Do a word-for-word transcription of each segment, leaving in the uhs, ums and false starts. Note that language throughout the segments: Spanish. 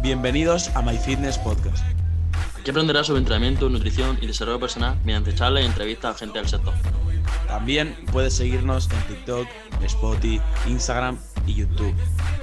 Bienvenidos a My Fitness Podcast. Aquí aprenderás sobre entrenamiento, nutrición y desarrollo personal mediante charlas y entrevistas a gente del sector. También puedes seguirnos en TikTok, Spotify, Instagram y YouTube.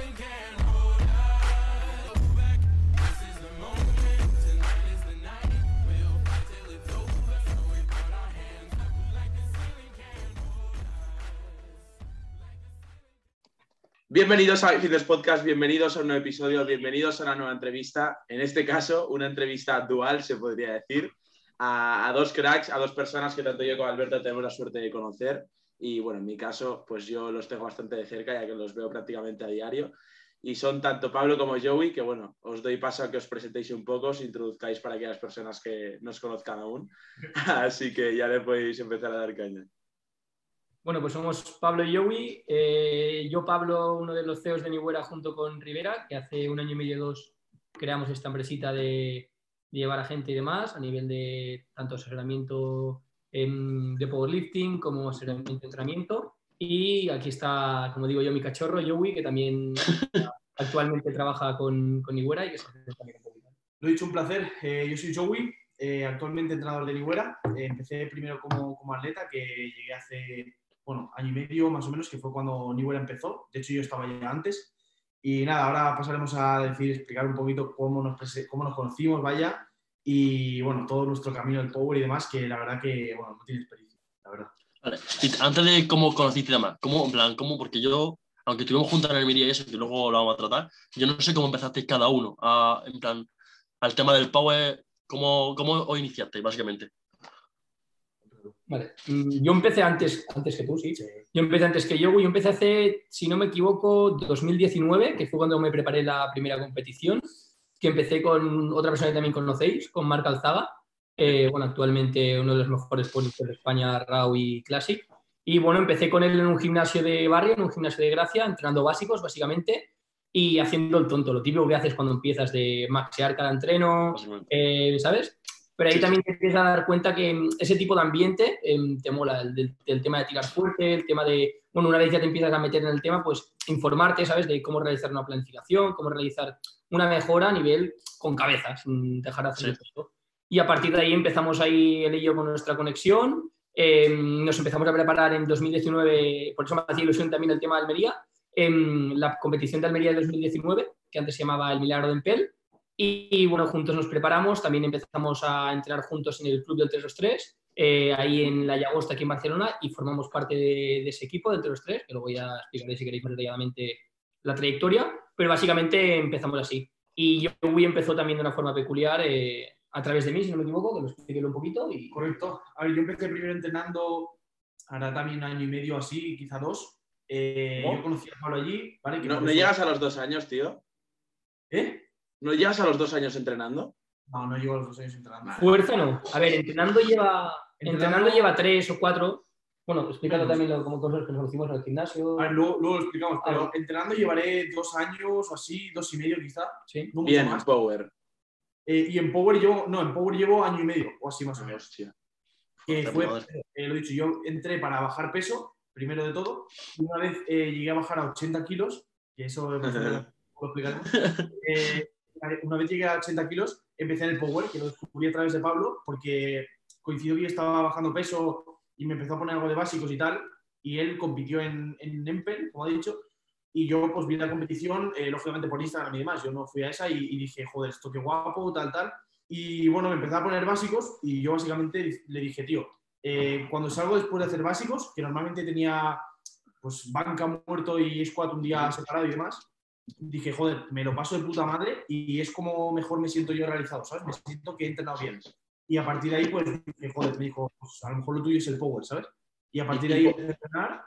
Bienvenidos a Fitness Podcast, bienvenidos a un nuevo episodio, bienvenidos a una nueva entrevista. En este caso, una entrevista dual, se podría decir, a, a dos cracks, a dos personas que tanto yo como Alberto tenemos la suerte de conocer. Y bueno, en mi caso, pues yo los tengo bastante de cerca, ya que los veo prácticamente a diario. Y son tanto Pablo como Joey, que bueno, os doy paso a que os presentéis un poco, os introduzcáis para aquellas personas que no os conozcan aún. Así que ya le podéis empezar a dar caña. Bueno, pues somos Pablo y Joey. Eh, yo, Pablo, uno de los C E Os de Niwera junto con Rivera, que hace un año y medio o dos creamos esta empresita de, de llevar a gente y demás, a nivel de tanto asesoramiento en, de powerlifting como asesoramiento de entrenamiento. Y aquí está, como digo yo, mi cachorro, Joey, que también actualmente trabaja con, con Niwera y que se hace también un poquito. Lo he dicho, un placer. Eh, yo soy Joey, eh, actualmente entrenador de Niwera. Eh, empecé primero como, como atleta, que llegué hace... bueno, año y medio más o menos, que fue cuando Niwera empezó. De hecho, yo estaba ya antes. Y nada, ahora pasaremos a decir, explicar un poquito cómo nos, cómo nos conocimos, vaya, y bueno, todo nuestro camino del Power y demás, que la verdad que, bueno, no tiene experiencia, la verdad. Vale. Y antes de cómo conociste y demás, ¿cómo, en plan, cómo? Porque yo, aunque estuvimos juntos en el Miria y eso, que luego lo vamos a tratar, yo no sé cómo empezasteis cada uno, a, en plan, al tema del Power, ¿cómo, cómo os iniciasteis, básicamente? Vale, yo empecé antes, antes que tú, sí. sí. Yo empecé antes que yo, yo empecé hace, si no me equivoco, dos mil diecinueve, que fue cuando me preparé la primera competición, que empecé con otra persona que también conocéis, con Marc Alzaga, eh, bueno, actualmente uno de los mejores powerlifters de España, RAW y Classic. Y bueno, empecé con él en un gimnasio de barrio, en un gimnasio de Gracia, entrenando básicos, básicamente, y haciendo el tonto, lo típico que haces cuando empiezas de maxear cada entreno, eh, ¿sabes? Pero ahí sí, también te empiezas a dar cuenta que ese tipo de ambiente eh, te mola, el, el, el tema de tirar fuerte, el tema de, bueno, una vez ya te empiezas a meter en el tema, pues informarte, ¿sabes? De cómo realizar una planificación, cómo realizar una mejora a nivel con cabeza, sin dejar de hacer sí. esto. Y a partir de ahí empezamos ahí él y yo con nuestra conexión, eh, nos empezamos a preparar en dos mil diecinueve, por eso me hacía ilusión también el tema de Almería, en la competición de Almería de dos mil diecinueve, que antes se llamaba el Milagro de Empel. Y, y bueno, juntos nos preparamos, también empezamos a entrenar juntos en el club del tres dos tres, eh, ahí en la Llagosta, aquí en Barcelona, y formamos parte de, de ese equipo del tres dos tres, que luego ya explicaré si queréis más detalladamente la trayectoria, pero básicamente empezamos así. Y Joey empezó también de una forma peculiar, eh, a través de mí, si no me equivoco, que lo expliqué un poquito. Y... Correcto. A ver, yo empecé primero entrenando, ahora también un año y medio así, quizá dos. Eh, ¿Oh? Yo conocí a Pablo allí, ¿vale? Que ¿No, ¿No llegas a los dos años, tío? ¿Eh? ¿No llegas a los dos años entrenando? No, no llego a los dos años entrenando. Fuerza no. A ver, entrenando lleva, entrenando, entrenando lleva tres o cuatro. Bueno, explícalo también lo, como cosas que nos conocimos en el gimnasio. A ver, luego, luego lo explicamos, pero ah, entrenando llevaré dos años o así, dos y medio quizá. Sí. No Bien, más. En Power. Eh, y en Power llevo, no, en Power llevo año y medio o así más o menos. Hostia. Que fue, eh, lo he dicho, yo entré para bajar peso, primero de todo, y una vez eh, llegué a bajar a ochenta kilos, que eso lo explicaremos. Eh, Una vez llegué a ochenta kilos, empecé en el Power, que lo descubrí a través de Pablo, porque coincidió que yo estaba bajando peso y me empezó a poner algo de básicos y tal, y él compitió en, en Empel, como ha dicho, y yo pues vi la competición, eh, lógicamente por Instagram y demás, yo no fui a esa y, y dije, joder, esto qué guapo, tal, tal, y bueno, me empecé a poner básicos y yo básicamente le dije, tío, eh, cuando salgo después de hacer básicos, que normalmente tenía pues banca muerto y squat un día separado y demás, dije, joder, me lo paso de puta madre y es como mejor me siento yo realizado, ¿sabes? Me siento que he entrenado bien. Y a partir de ahí, pues, dije, joder, me dijo, pues a lo mejor lo tuyo es el Power, ¿sabes? Y a partir de ahí empecé a entrenar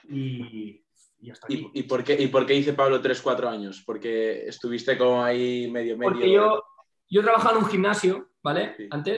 y, y hasta aquí. ¿Y, y, por qué, ¿Y por qué hice Pablo tres cuatro años? Porque estuviste como ahí medio, medio... Porque yo, yo trabajaba en un gimnasio, ¿vale? Sí. Antes.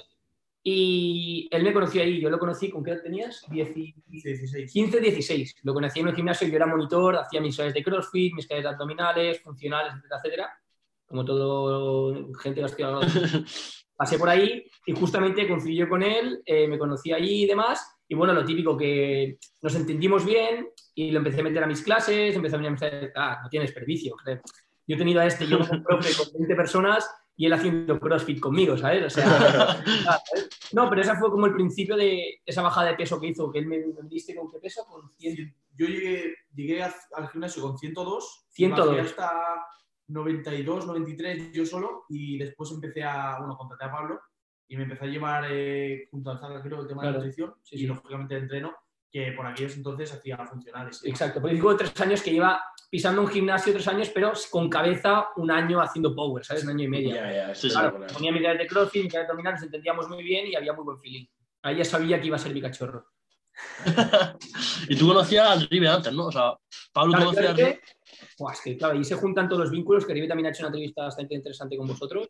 Y él me conoció ahí, yo lo conocí, ¿con qué edad tenías? dieciséis. quince, dieciséis. Lo conocí en un gimnasio, yo era monitor, hacía mis series de CrossFit, mis series de abdominales, funcionales, etcétera, etcétera. Como todo gente que ha estudiado. Pasé por ahí y justamente coincidí yo con él, eh, me conocí allí y demás. Y bueno, lo típico, que nos entendimos bien y lo empecé a meter a mis clases, empecé a venir a decir, ah, no tiene desperdicio. Yo he tenido a este, yo como profe con veinte personas y él haciendo CrossFit conmigo, ¿sabes? O sea, ¿sabes? No, pero ese fue como el principio de esa bajada de peso que hizo, que él me, me diste con qué peso, con cien. Yo llegué, llegué a, al gimnasio con ciento dos, ciento dos. Bajé hasta noventa y dos, noventa y tres yo solo y después empecé a, bueno, contraté a Pablo y me empecé a llevar eh, junto al Zaga, creo, el tema Claro. de nutrición Sí, y sí. lógicamente entreno, que por aquellos entonces hacía funcionales. Exacto, porque digo tres años que lleva pisando un gimnasio tres años, pero con cabeza un año haciendo power, ¿sabes? Un año y medio. Ya, ya, Sí, Claro, espectacular. ponía mitad de crossfit, mitad de abdominal, nos entendíamos muy bien y había muy buen feeling. Ahí ya sabía que iba a ser mi cachorro. Y tú conocías al Ribe antes, ¿no? O sea, Pablo Claro, conocía al Ribe- Ribe. Buah, es que claro, ahí se juntan todos los vínculos, que Ribe también ha hecho una entrevista bastante interesante con vosotros.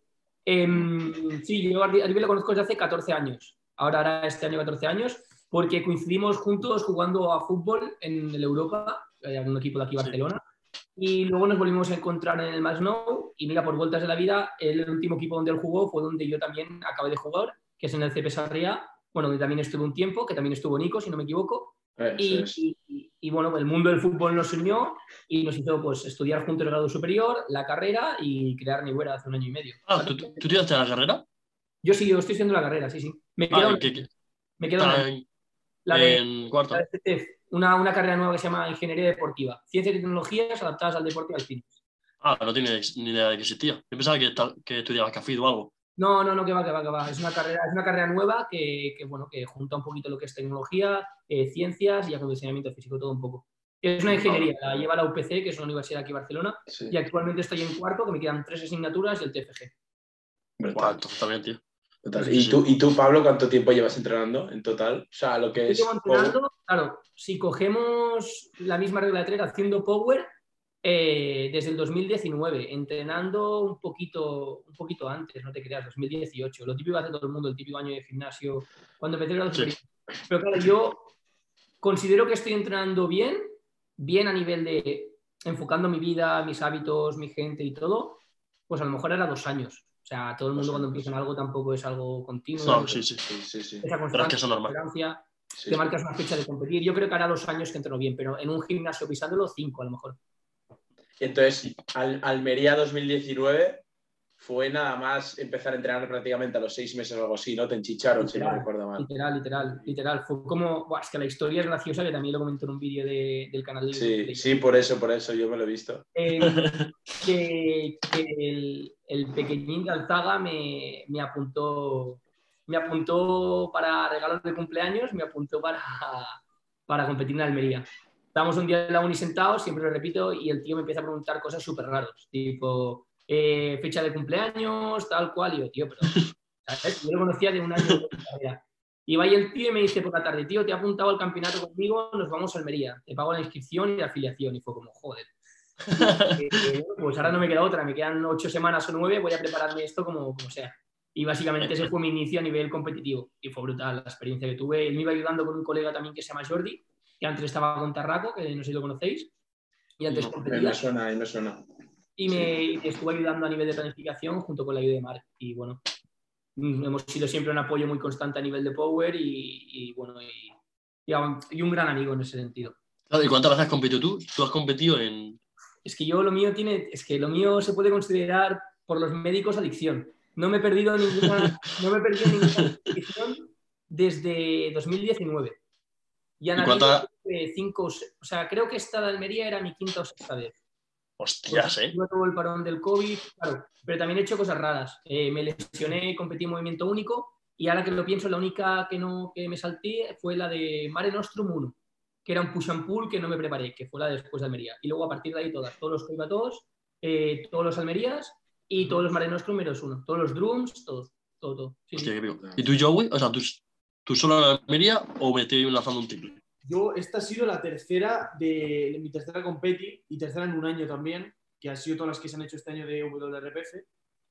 Em, sí, yo a Ribe lo conozco desde hace catorce años. Ahora hará este año catorce años, porque coincidimos juntos jugando a fútbol en el Europa, en un equipo de aquí, Sí. Barcelona. Y luego nos volvimos a encontrar en el Masnou y mira, por vueltas de la vida, el último equipo donde él jugó fue donde yo también acabé de jugar, que es en el C P Sarriá, bueno, donde también estuve un tiempo, que también estuvo Nico, si no me equivoco. Eso Y, es. y- y, bueno, el mundo del fútbol nos unió y nos hizo pues, estudiar juntos el grado superior, la carrera y crear Nibuera hace un año y medio. Ah, ¿tú, tú, tú tiraste la carrera? Yo sí, yo estoy haciendo la carrera, sí, sí. Me Ah, queda, ¿y una- qué- qué? me queda una, Está en, la de, en cuarto. la de C T F, una, una carrera nueva que se llama Ingeniería Deportiva, Ciencias y Tecnologías adaptadas al deporte y al fitness. Ah, no tiene ni idea de que existía. Yo pensaba que, tal- que estudiabas café o algo. No, no, no, que va, que va, que va. Es una carrera, es una carrera nueva que, que, bueno, que junta un poquito lo que es tecnología, eh, ciencias y acondicionamiento físico, todo un poco. Es una ingeniería, la lleva la U P C, que es una universidad aquí en Barcelona, Sí. y actualmente estoy en cuarto, que me quedan tres asignaturas y el T F G. Guau, Brutal, entonces también, tío. brutal. Sí, ¿Y, sí. tú, ¿Y tú, Pablo, cuánto tiempo llevas entrenando en total? O sea, lo que Yo es llevo entrenando, claro, si cogemos la misma regla de tres haciendo power, eh, desde el dos mil diecinueve, entrenando un poquito, un poquito antes, no te creas, dos mil dieciocho. Lo típico que hace todo el mundo, el típico año de gimnasio, cuando empecé el grado Sí. superior. Pero claro, yo considero que estoy entrenando bien, bien a nivel de enfocando mi vida, mis hábitos, mi gente y todo, pues a lo mejor era dos años. O sea, todo el mundo Dos cuando años. empieza en algo tampoco es algo continuo. No, sí, sí. Sí, sí, sí. Esa Pero es constancia, que eso es normal. perseverancia, Sí, te sí. marcas una fecha de competir. Yo creo que hará dos años que entreno bien, pero en un gimnasio pisándolo, cinco a lo mejor. Entonces, Al- Almería dos mil diecinueve fue nada más empezar a entrenar prácticamente a los seis meses o algo así, ¿no? Te enchicharon, si no Literal, recuerdo mal. Literal, literal, literal. Fue como, buah, es que la historia es graciosa, que también lo comento en un vídeo de- del canal de Sí, de- sí, por eso, por eso, yo me lo he visto. Eh, que, que el, el pequeñín de Alzaga me, me apuntó me apuntó para regalos de cumpleaños, me apuntó para, para competir en Almería. Estábamos un día en la uni sentados, siempre lo repito, y el tío me empieza a preguntar cosas súper raras, tipo eh, fecha de cumpleaños, tal cual, y yo, tío, pero ¿sabes? Yo lo conocía de un año de carrera. Y va ahí el tío y me dice por la tarde, tío, te he apuntado al campeonato conmigo, nos vamos a Almería, te pago la inscripción y la afiliación. Y fue como, joder. Eh, eh, pues ahora no me queda otra, me quedan ocho semanas o nueve, voy a prepararme esto como, como sea. Y básicamente ese fue mi inicio a nivel competitivo y fue brutal la experiencia que tuve. Él me iba ayudando con un colega también que se llama Jordi, que antes estaba con Tarraco, que no sé si lo conocéis, y antes No, Me, competía. me suena, me suena. Y me, y me estuvo ayudando a nivel de planificación junto con la ayuda de Marc. Y bueno, hemos sido siempre un apoyo muy constante a nivel de power y, y bueno, y, y, a- y un gran amigo en ese sentido. ¿Y cuántas veces has competido tú? Tú has competido en... Es que yo lo mío tiene, es que lo mío se puede considerar por los médicos adicción. No me he perdido ninguna, no me he perdido ninguna competición desde dos mil diecinueve. Y han ¿Y habido cuántas? eh, cinco, o se- o sea, creo que esta de Almería era mi quinta o sexta vez. Hostias, ¿eh? Tuve todo el parón del COVID, claro, pero también he hecho cosas raras. Eh, me lesioné, competí en movimiento único y ahora que lo pienso, la única que, no, que me salté fue la de Mare Nostrum uno, que era un push and pull que no me preparé, que fue la de después de Almería. Y luego a partir de ahí todas, todos los Coibatos, eh, todos los Almerías y todos los Mare Nostrum menos uno, todos los drums, todos, todo, todo. Sí, Hostia, sí. qué pico. ¿Y tú, Joey? O sea, ¿tú, tú solo en Almería o me estoy lanzando un triple? Yo, esta ha sido la tercera de, de mi tercera competi y tercera en un año también, que han sido todas las que se han hecho este año de W R P F.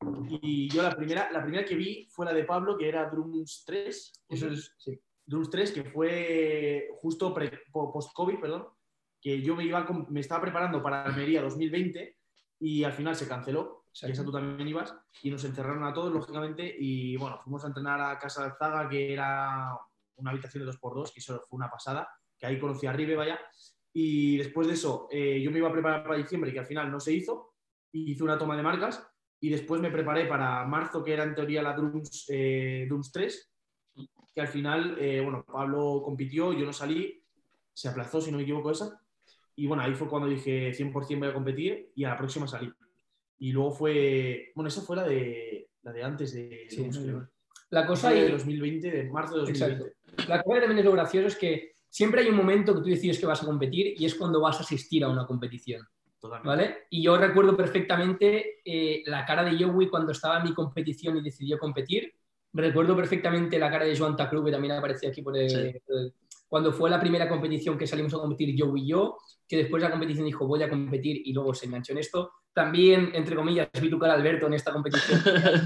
Y yo la primera, la primera que vi fue la de Pablo, que era Drums tres. Eso es, sí. Drums tres, que fue justo pre- po- post-COVID, perdón, que yo me, iba con- me estaba preparando para Almería dos mil veinte y al final se canceló, y esa tú también ibas, y nos encerraron a todos, lógicamente, y bueno, fuimos a entrenar a Casa de Zaga, que era una habitación de dos por dos, que eso fue una pasada, que ahí conocí a Ribe, vaya, y después de eso eh, yo me iba a preparar para diciembre, que al final no se hizo, y hice una toma de marcas y después me preparé para marzo, que era en teoría la Drums, eh, Drums tres, que al final, eh, bueno, Pablo compitió, yo no salí, se aplazó, si no me equivoco, esa. Y bueno, ahí fue cuando dije cien por ciento voy a competir y a la próxima salí. Y luego fue, bueno, esa fue la de, la de antes de... Sí, Drums, creo. La cosa de y... dos mil veinte, de marzo de dos mil veinte. Exacto. La cosa que también es lo gracioso es que siempre hay un momento que tú decides que vas a competir y es cuando vas a asistir a una competición. Totalmente. ¿Vale? Y yo recuerdo perfectamente eh, la cara de Joey cuando estaba en mi competición y decidió competir. Recuerdo perfectamente la cara de Joan Tacru, que también apareció aquí por el, Sí. por el, cuando fue la primera competición que salimos a competir Joey y yo, que después de la competición dijo voy a competir y luego se enganchó en esto. También, entre comillas, vi tu cara, Alberto, en esta competición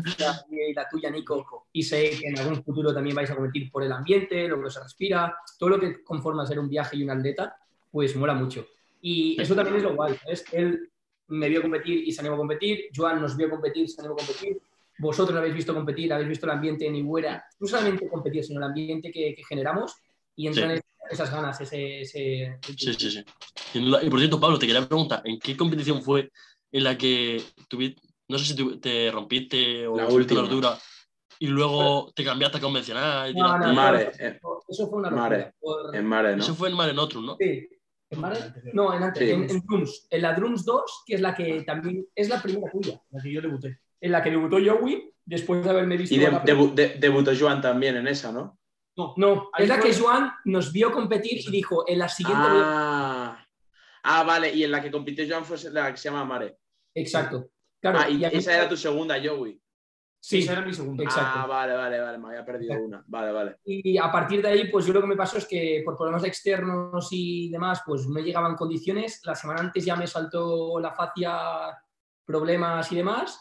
y la tuya, Nico, y sé que en algún futuro también vais a competir por el ambiente, lo que se respira, todo lo que conforma ser un viaje y un atleta, pues mola mucho. Y eso también es lo guay, ¿sabes? Él me vio competir y se animó a competir, Joan nos vio competir y se animó a competir, vosotros lo habéis visto competir, habéis visto el ambiente en Iguera, no solamente competir, sino el ambiente que, que generamos y entran Sí. esas ganas, ese... ese... Sí, sí, sí. Y, y por cierto, Pablo, te quería preguntar, ¿en qué competición fue en la que tuviste, no sé si tu, te rompiste o La tuviste última. una altura y luego te cambiaste a convencional? Y No, tiraste- no, Mare, eso, eh, eso fue una Mare. locura. Por... En Mare, ¿no? Eso fue en Mare Nostrum, ¿no? Sí. ¿En Mare? No, en antes, Sí. en, en Drums. En la Drums dos, que es la que también es la primera tuya, La que yo debuté. en la que debutó Joey, después de haberme visto... Y de- la- debu- de- debutó Joan también en esa, ¿no? No, No, Ahí es la fue- que Joan nos vio competir y dijo, en la siguiente voy a... Ah. ah, vale, y en la que compitió Joan fue la que se llama Mare. Exacto. Claro, Ah, y ahí- esa era tu segunda, Joey. Sí, esa era mi segunda. exacto. Ah, vale, vale, vale, me había perdido Exacto. una. Vale, vale. Y a partir de ahí, pues yo lo que me pasó es que por problemas externos y demás, pues no llegaban condiciones. La semana antes ya me saltó la fascia, problemas y demás.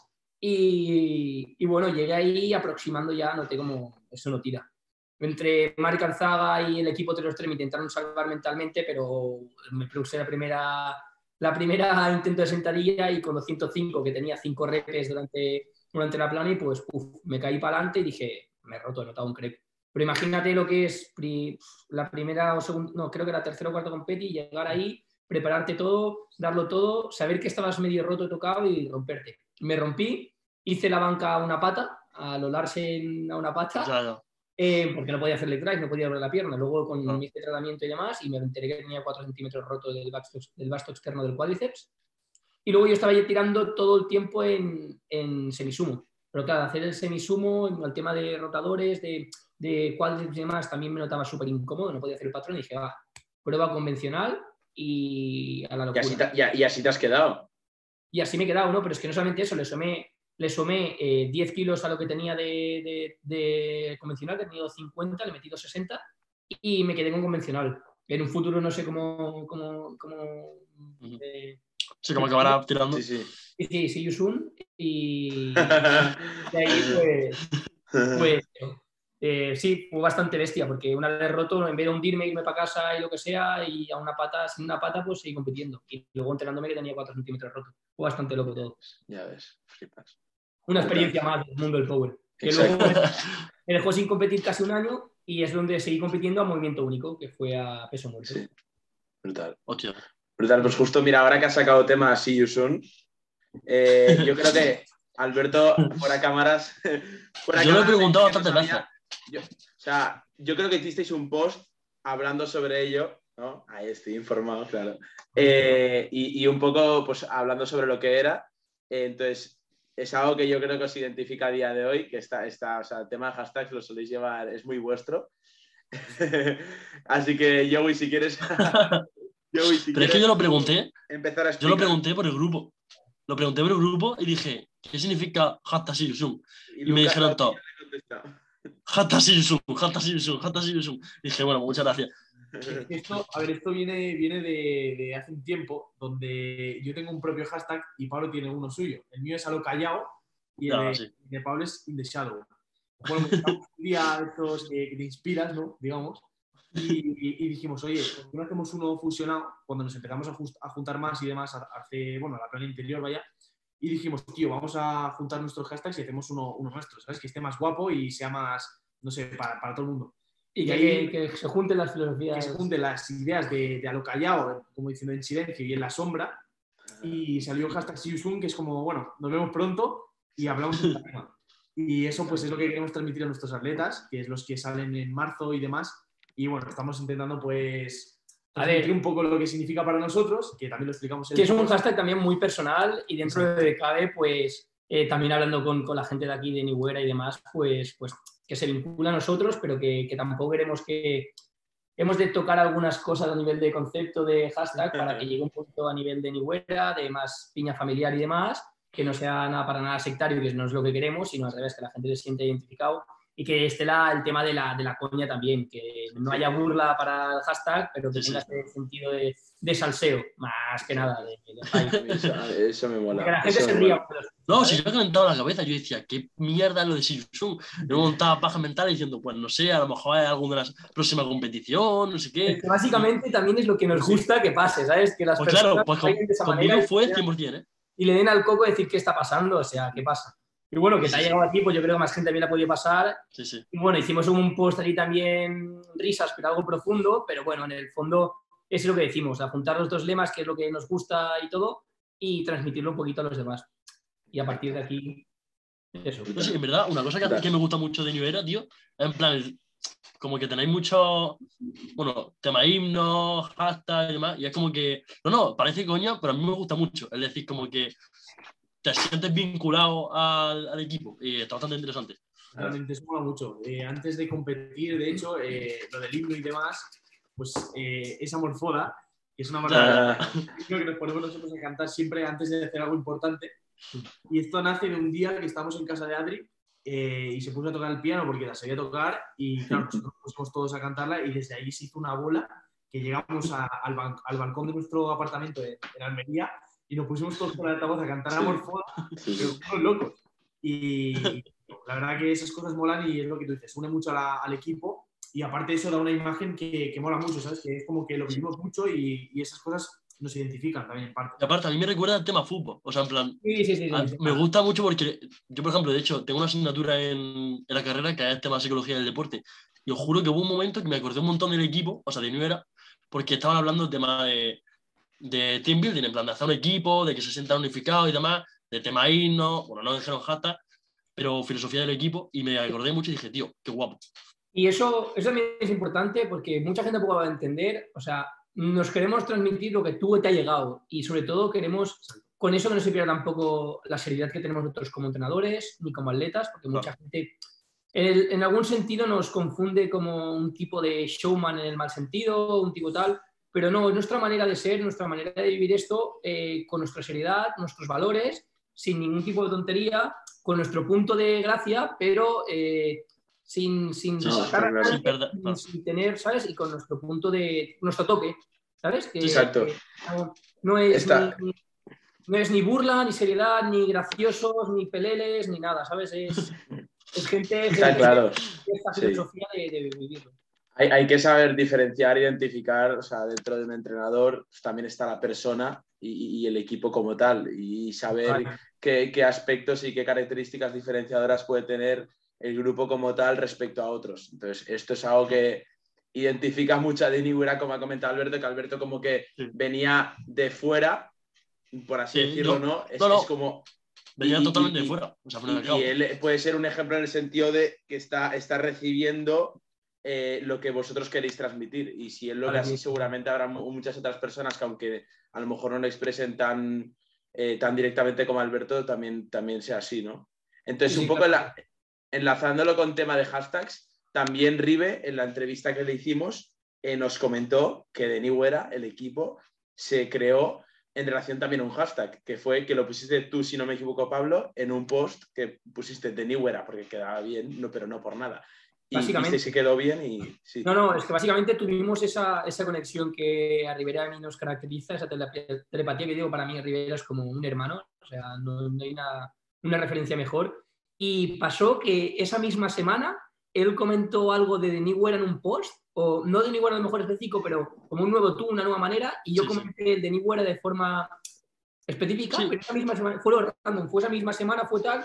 Y, y bueno, llegué ahí aproximando ya, noté como eso no tira. Entre Marc Alzaga y el equipo de los tres me intentaron salvar mentalmente, pero me puse la primera, la primera intento de sentadilla y con los ciento cinco, que tenía cinco repes durante, durante la plana, y pues uf, me caí para adelante y dije, me he roto, he notado un crepe. Pero imagínate lo que es pri, la primera o segunda, no, creo que la tercera o cuarta competi, llegar ahí, prepararte todo, darlo todo, saber que estabas medio roto, tocado y romperte. Me rompí, hice la banca a una pata, a lo Larsen a una pata, Ya, ya. eh, porque no podía hacer leg drive, no podía abrir la pierna. Luego con Ah. mi tratamiento y demás, y me enteré que tenía cuatro centímetros roto del vasto, del vasto externo del cuádriceps. Y luego yo estaba ya tirando todo el tiempo en, en semisumo. Pero claro, hacer el semisumo, el tema de rotadores, de, de cuádriceps y demás, también me notaba súper incómodo, no podía hacer el patrón. Y dije, va, prueba convencional y a la Y locura. así, te, y, y así te has quedado. Y así me he quedado, ¿no? Pero es que no solamente eso, le sumé, le sumé eh, diez kilos a lo que tenía de, de, de convencional, que tenía cincuenta, le he metido sesenta y me quedé con convencional. En un futuro no sé cómo... cómo, cómo Ujú. eh, Sí, como acabará tirando. Sí, sí. sí, see you soon. Y de ahí pues... pues eh, sí, fue bastante bestia, porque una vez roto, en vez de hundirme, irme para casa y lo que sea, y a una pata, sin una pata, pues seguí compitiendo. Y luego entrenándome que tenía cuatro centímetros roto. Fue bastante loco todo. Ya ves, flipas. Una experiencia más del mundo del power. Que Exacto. luego me dejó sin competir casi un año y es donde seguí compitiendo a movimiento único, que fue a peso muerto. Sí, brutal. Hostia. Brutal, pues justo, mira, ahora que has sacado tema See You Soon, eh, yo creo que Alberto, fuera cámaras... fuera Yo lo he cámaras, preguntado que no bastantes sabía- yo- o sea, yo creo que hicisteis un post hablando sobre ello, ¿no? Ahí estoy informado, claro. Eh, y, y un poco, pues, hablando sobre lo que era. Eh, entonces, es algo que yo creo que os identifica a día de hoy, que está, está, o sea, el tema de hashtags lo soléis llevar, es muy vuestro. Así que, Joey, si quieres... Joey, si Pero es quieres que yo lo pregunté, empezar a yo lo explicar. pregunté por el grupo. Lo pregunté por el grupo y dije, ¿qué significa hashtag Silsum? Y me Lucas dijeron Lauti todo. ya le ha contestado. Hashtag Silsum, hashtag Silsum, hashtag Silsum. Dije, bueno, muchas gracias. Esto, a ver, esto viene, viene de, de hace un tiempo, donde yo tengo un propio hashtag y Pablo tiene uno suyo. El mío es a lo callado y el Ah, de, sí. de Pablo es in the shadow. Bueno, pues estamos un día de estos que, que te inspiras, ¿no? Digamos. Y, y- y dijimos, oye, ¿por qué no hacemos uno fusionado? Cuando nos empezamos a, just- a juntar más y demás, a- hace, bueno, a la plana interior, vaya. Y dijimos, tío, vamos a juntar nuestros hashtags y hacemos uno, uno nuestro, ¿sabes? Que esté más guapo y sea más, no sé, para, para todo el mundo. Y Y que, ahí- que se junten las Que filosofías. se junten las ideas de, de a lo callado, como diciendo en silencio y en la sombra, y salió el hashtag See You Soon, que es como, bueno, nos vemos pronto y hablamos de tema. Y eso pues es lo que queremos transmitir a nuestros atletas, que es los que salen en marzo y demás. Y bueno, estamos intentando pues transmitir un poco lo que significa para nosotros, que también lo explicamos en que es un hashtag también muy personal y dentro Exacto. de cabe, pues eh, también hablando con, con la gente de aquí de New Era y demás, pues, pues que se vincula a nosotros, pero que, que tampoco queremos que hemos de tocar algunas cosas a nivel de concepto de hashtag para que llegue un punto a nivel de New Era, de más piña familiar y demás, que no sea nada para nada sectario, que no es lo que queremos, sino al revés, que la gente se siente identificado y que esté la, el tema de la, de la coña también, que no haya burla para el hashtag, pero que sí, tenga sí. ese sentido de, de salseo, más que nada. De, de eso, eso me mola. Que la gente eso se ría. No, si yo me calentaba la cabeza, yo decía, ¿qué mierda es lo de Samsung? Yo me montaba paja mental diciendo, pues no sé, a lo mejor hay alguna de las próximas competición, no sé qué. Es que básicamente también es lo que nos gusta que pase, ¿sabes? Que las pues personas claro, pues con, de esa conmigo fue cien por ciento, ¿eh? Y le den al coco a decir qué está pasando, o sea, qué pasa. Y bueno, que te sí, ha llegado sí. aquí, pues yo creo que más gente también ha podido pasar. Sí, sí. Y bueno, hicimos un post ahí también, risas, pero algo profundo, pero bueno, en el fondo es lo que decimos, juntar los dos lemas, que es lo que nos gusta y todo, y transmitirlo un poquito a los demás. Y a partir de aquí, eso. No, sí, en verdad, una cosa que, que me gusta mucho de New Era, tío, en plan, como que tenéis mucho, bueno, tema himnos, hashtag y demás, y es como que, no, no, parece coña, pero a mí me gusta mucho. Es decir, como que te sientes vinculado al, al equipo y está bastante interesante. Realmente eso mola mucho. Eh, antes de competir, de hecho, eh, lo del himno y demás, pues eh, esa morfoda, que es una maravilla que nos ponemos nosotros a cantar siempre antes de hacer algo importante. Y esto nace de un día que estábamos en casa de Adri eh, y se puso a tocar el piano porque la sabía tocar y claro, nosotros nos pusimos todos a cantarla y desde ahí se hizo una bola que llegamos a, al, ban al balcón de nuestro apartamento en, en Almería y nos pusimos todos con el altavoz a cantar a morfoda, pero fuimos locos. Y la verdad que esas cosas molan y es lo que tú dices, une mucho a la, al equipo y aparte eso da una imagen que, que mola mucho, ¿sabes? Que es como que lo vivimos mucho y, y esas cosas nos identifican también en parte. Y aparte, a mí me recuerda el tema fútbol, o sea, en plan, sí, sí, sí, sí, sí. me gusta mucho porque yo, por ejemplo, de hecho, tengo una asignatura en, en la carrera que es el tema de psicología del deporte y os juro que hubo un momento que me acordé un montón del equipo, o sea, de New Era, porque estaban hablando del tema de, de team building, en plan de hacer un equipo, de que se sientan unificados y demás, de tema himno, bueno, no dijeron hashtag, pero filosofía del equipo, y me acordé mucho y dije, tío, qué guapo. Y eso, eso también es importante porque mucha gente puede entender, o sea, nos queremos transmitir lo que tú te ha llegado y sobre todo queremos, con eso que no se pierda tampoco la seriedad que tenemos nosotros como entrenadores ni como atletas, porque mucha claro. gente el, en algún sentido nos confunde como un tipo de showman en el mal sentido, un tipo tal, pero no, es nuestra manera de ser, nuestra manera de vivir esto eh, con nuestra seriedad, nuestros valores, sin ningún tipo de tontería, con nuestro punto de gracia, pero eh, sin, sin, sí, sacar sí, sí, verdad, sin, sin tener, ¿sabes? Y con nuestro punto de, nuestro toque, ¿sabes? Que, Exacto. Que no, no, es ni, no es ni burla, ni seriedad, ni graciosos, ni peleles, ni nada, ¿sabes? Es, es gente Está que claro. esta filosofía sí. de, de vivirlo. Hay, hay que saber diferenciar, identificar, o sea, dentro de un entrenador pues, también está la persona y, y el equipo como tal, y saber vale. qué, qué aspectos y qué características diferenciadoras puede tener el grupo como tal respecto a otros. Entonces, esto es algo que identifica mucho a New Era, como ha comentado Alberto, que Alberto como que sí. venía de fuera, por así sí, decirlo, no, ¿no? Es, no, no. es como... Venía y, totalmente y, de fuera. O sea, y, y él puede ser un ejemplo en el sentido de que está, está recibiendo eh, lo que vosotros queréis transmitir. Y si él lo ve así, seguramente habrá muchas otras personas que, aunque a lo mejor no lo expresen tan, eh, tan directamente como Alberto, también, también sea así, ¿no? Entonces, sí, un poco claro. la, enlazándolo con tema de hashtags, también Ribe, en la entrevista que le hicimos, eh, nos comentó que de New Era, el equipo, se creó en relación también a un hashtag, que fue que lo pusiste tú, si no me equivoco, Pablo, en un post que pusiste de New Era, porque quedaba bien, no, pero no por nada. Y básicamente, viste, se quedó bien y sí. No, no, es que básicamente tuvimos esa, esa conexión que a Rivera a mí nos caracteriza, esa telepatía que digo, para mí Rivera es como un hermano, o sea, no, no hay una, una referencia mejor. Y pasó que esa misma semana él comentó algo de The New Era en un post, o no de New Era a lo mejor específico, pero como un nuevo tú, una nueva manera, y yo sí, comenté sí. el de New Era de forma específica, sí. pero esa misma semana, fue lo random, fue esa misma semana, fue tal,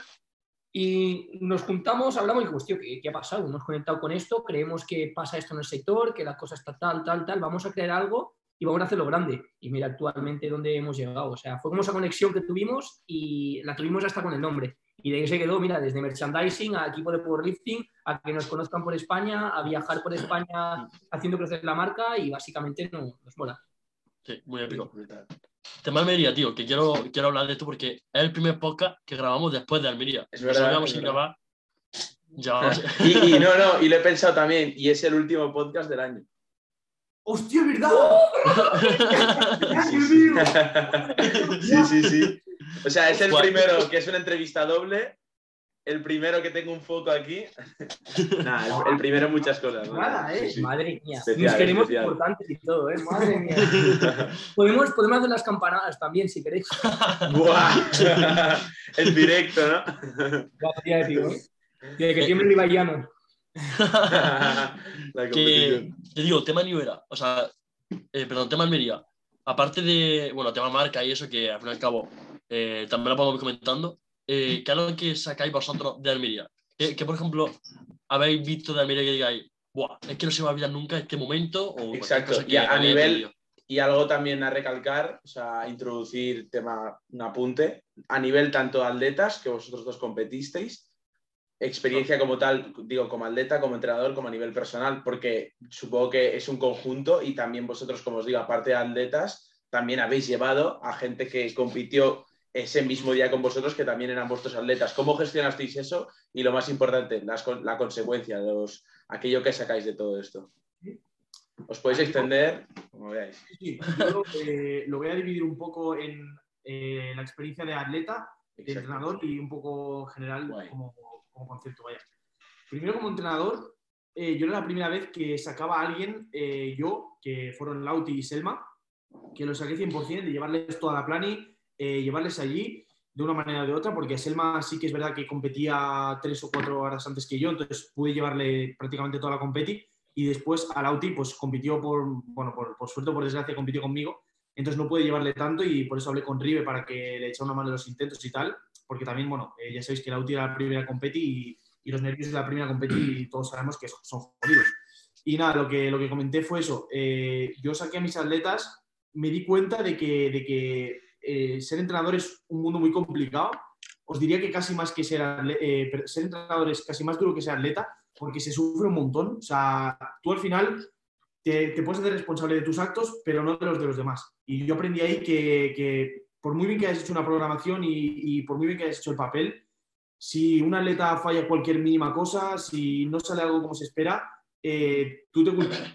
y nos juntamos, hablamos y dijimos, tío, ¿qué, ¿qué ha pasado? Hemos conectado con esto, creemos que pasa esto en el sector, que la cosa está tal, tal, tal, vamos a crear algo, y vamos a hacerlo grande. Y mira actualmente dónde hemos llegado. O sea, fue como esa conexión que tuvimos y la tuvimos hasta con el nombre. Y de ahí se quedó, mira, desde merchandising a equipo de powerlifting, a que nos conozcan por España, a viajar por España haciendo crecer la marca y básicamente no, nos mola. Sí, muy épico. Tema Almería, tío, que quiero, quiero hablar de esto porque es el primer podcast que grabamos después de Almería. Es verdad. Nos íbamos a grabar. Ya vamos. y, y no, no, y lo he pensado también, y es el último podcast del año. ¡Hostia, verdad! Sí, sí, sí. O sea, es el ¿Cuál? primero que es una entrevista doble, el primero que tengo un foco aquí. Nah, el, el primero muchas cosas. ¿no? Nada, ¿eh? Sí, sí. Madre mía, Especial, nos queremos especial. importantes y todo, ¿eh? Madre mía. podemos, podemos hacer las campanadas también, si queréis. ¡Buah! En directo, ¿no? Guau, tía, épico, ¿eh? Desde que tiemble el Ibaiano. La que, competición. te digo, tema New Era, o sea, eh, perdón, tema Almería. Aparte de, bueno, tema marca y eso, que al fin y al cabo eh, también lo podemos ir comentando. Eh, ¿Qué es lo que sacáis vosotros de Almería? ¿Qué, qué, por ejemplo, habéis visto de Almería que digáis, buah, es que no se me va a olvidar nunca este momento? O Exacto, cosa que y a, a hayáis nivel, aprendido? y algo también a recalcar, o sea, introducir tema, un apunte, a nivel tanto atletas, que vosotros dos competisteis, experiencia como tal, digo, como atleta, como entrenador, como a nivel personal, porque supongo que es un conjunto y también vosotros, como os digo, aparte de atletas, también habéis llevado a gente que compitió ese mismo día con vosotros, que también eran vuestros atletas. ¿Cómo gestionasteis eso? Y lo más importante, las, la consecuencia, los, aquello que sacáis de todo esto. Os podéis extender, como veáis. Sí, yo eh, lo voy a dividir un poco en eh, la experiencia de atleta, de Exacto. entrenador y un poco general Guay. como, como concepto. Vaya. Primero, como entrenador, eh, yo era la primera vez que sacaba a alguien, eh, yo, que fueron Lauti y Selma, que lo saqué cien por ciento de llevarles toda la plani, eh, llevarles allí de una manera o de otra, porque Selma sí que es verdad que competía tres o cuatro horas antes que yo, entonces pude llevarle prácticamente toda la competi. Y después a Lauti pues compitió por, bueno, por, por suerte o por desgracia compitió conmigo, entonces no pude llevarle tanto y por eso hablé con Rive para que le echara una mano de los intentos y tal, porque también, bueno, eh, ya sabéis que Lauti era la primera competi y, y los nervios de la primera competi y todos sabemos que son jodidos. Y nada, lo que, lo que comenté fue eso, eh, yo saqué a mis atletas, me di cuenta de que, de que eh, ser entrenador es un mundo muy complicado, os diría que casi más que ser, eh, ser entrenador es casi más duro que ser atleta, porque se sufre un montón. O sea, tú al final te, te puedes hacer responsable de tus actos, pero no de los de los demás. Y yo aprendí ahí que, que por muy bien que hayas hecho una programación y, y por muy bien que hayas hecho el papel, si un atleta falla cualquier mínima cosa, si no sale algo como se espera, eh, tú te,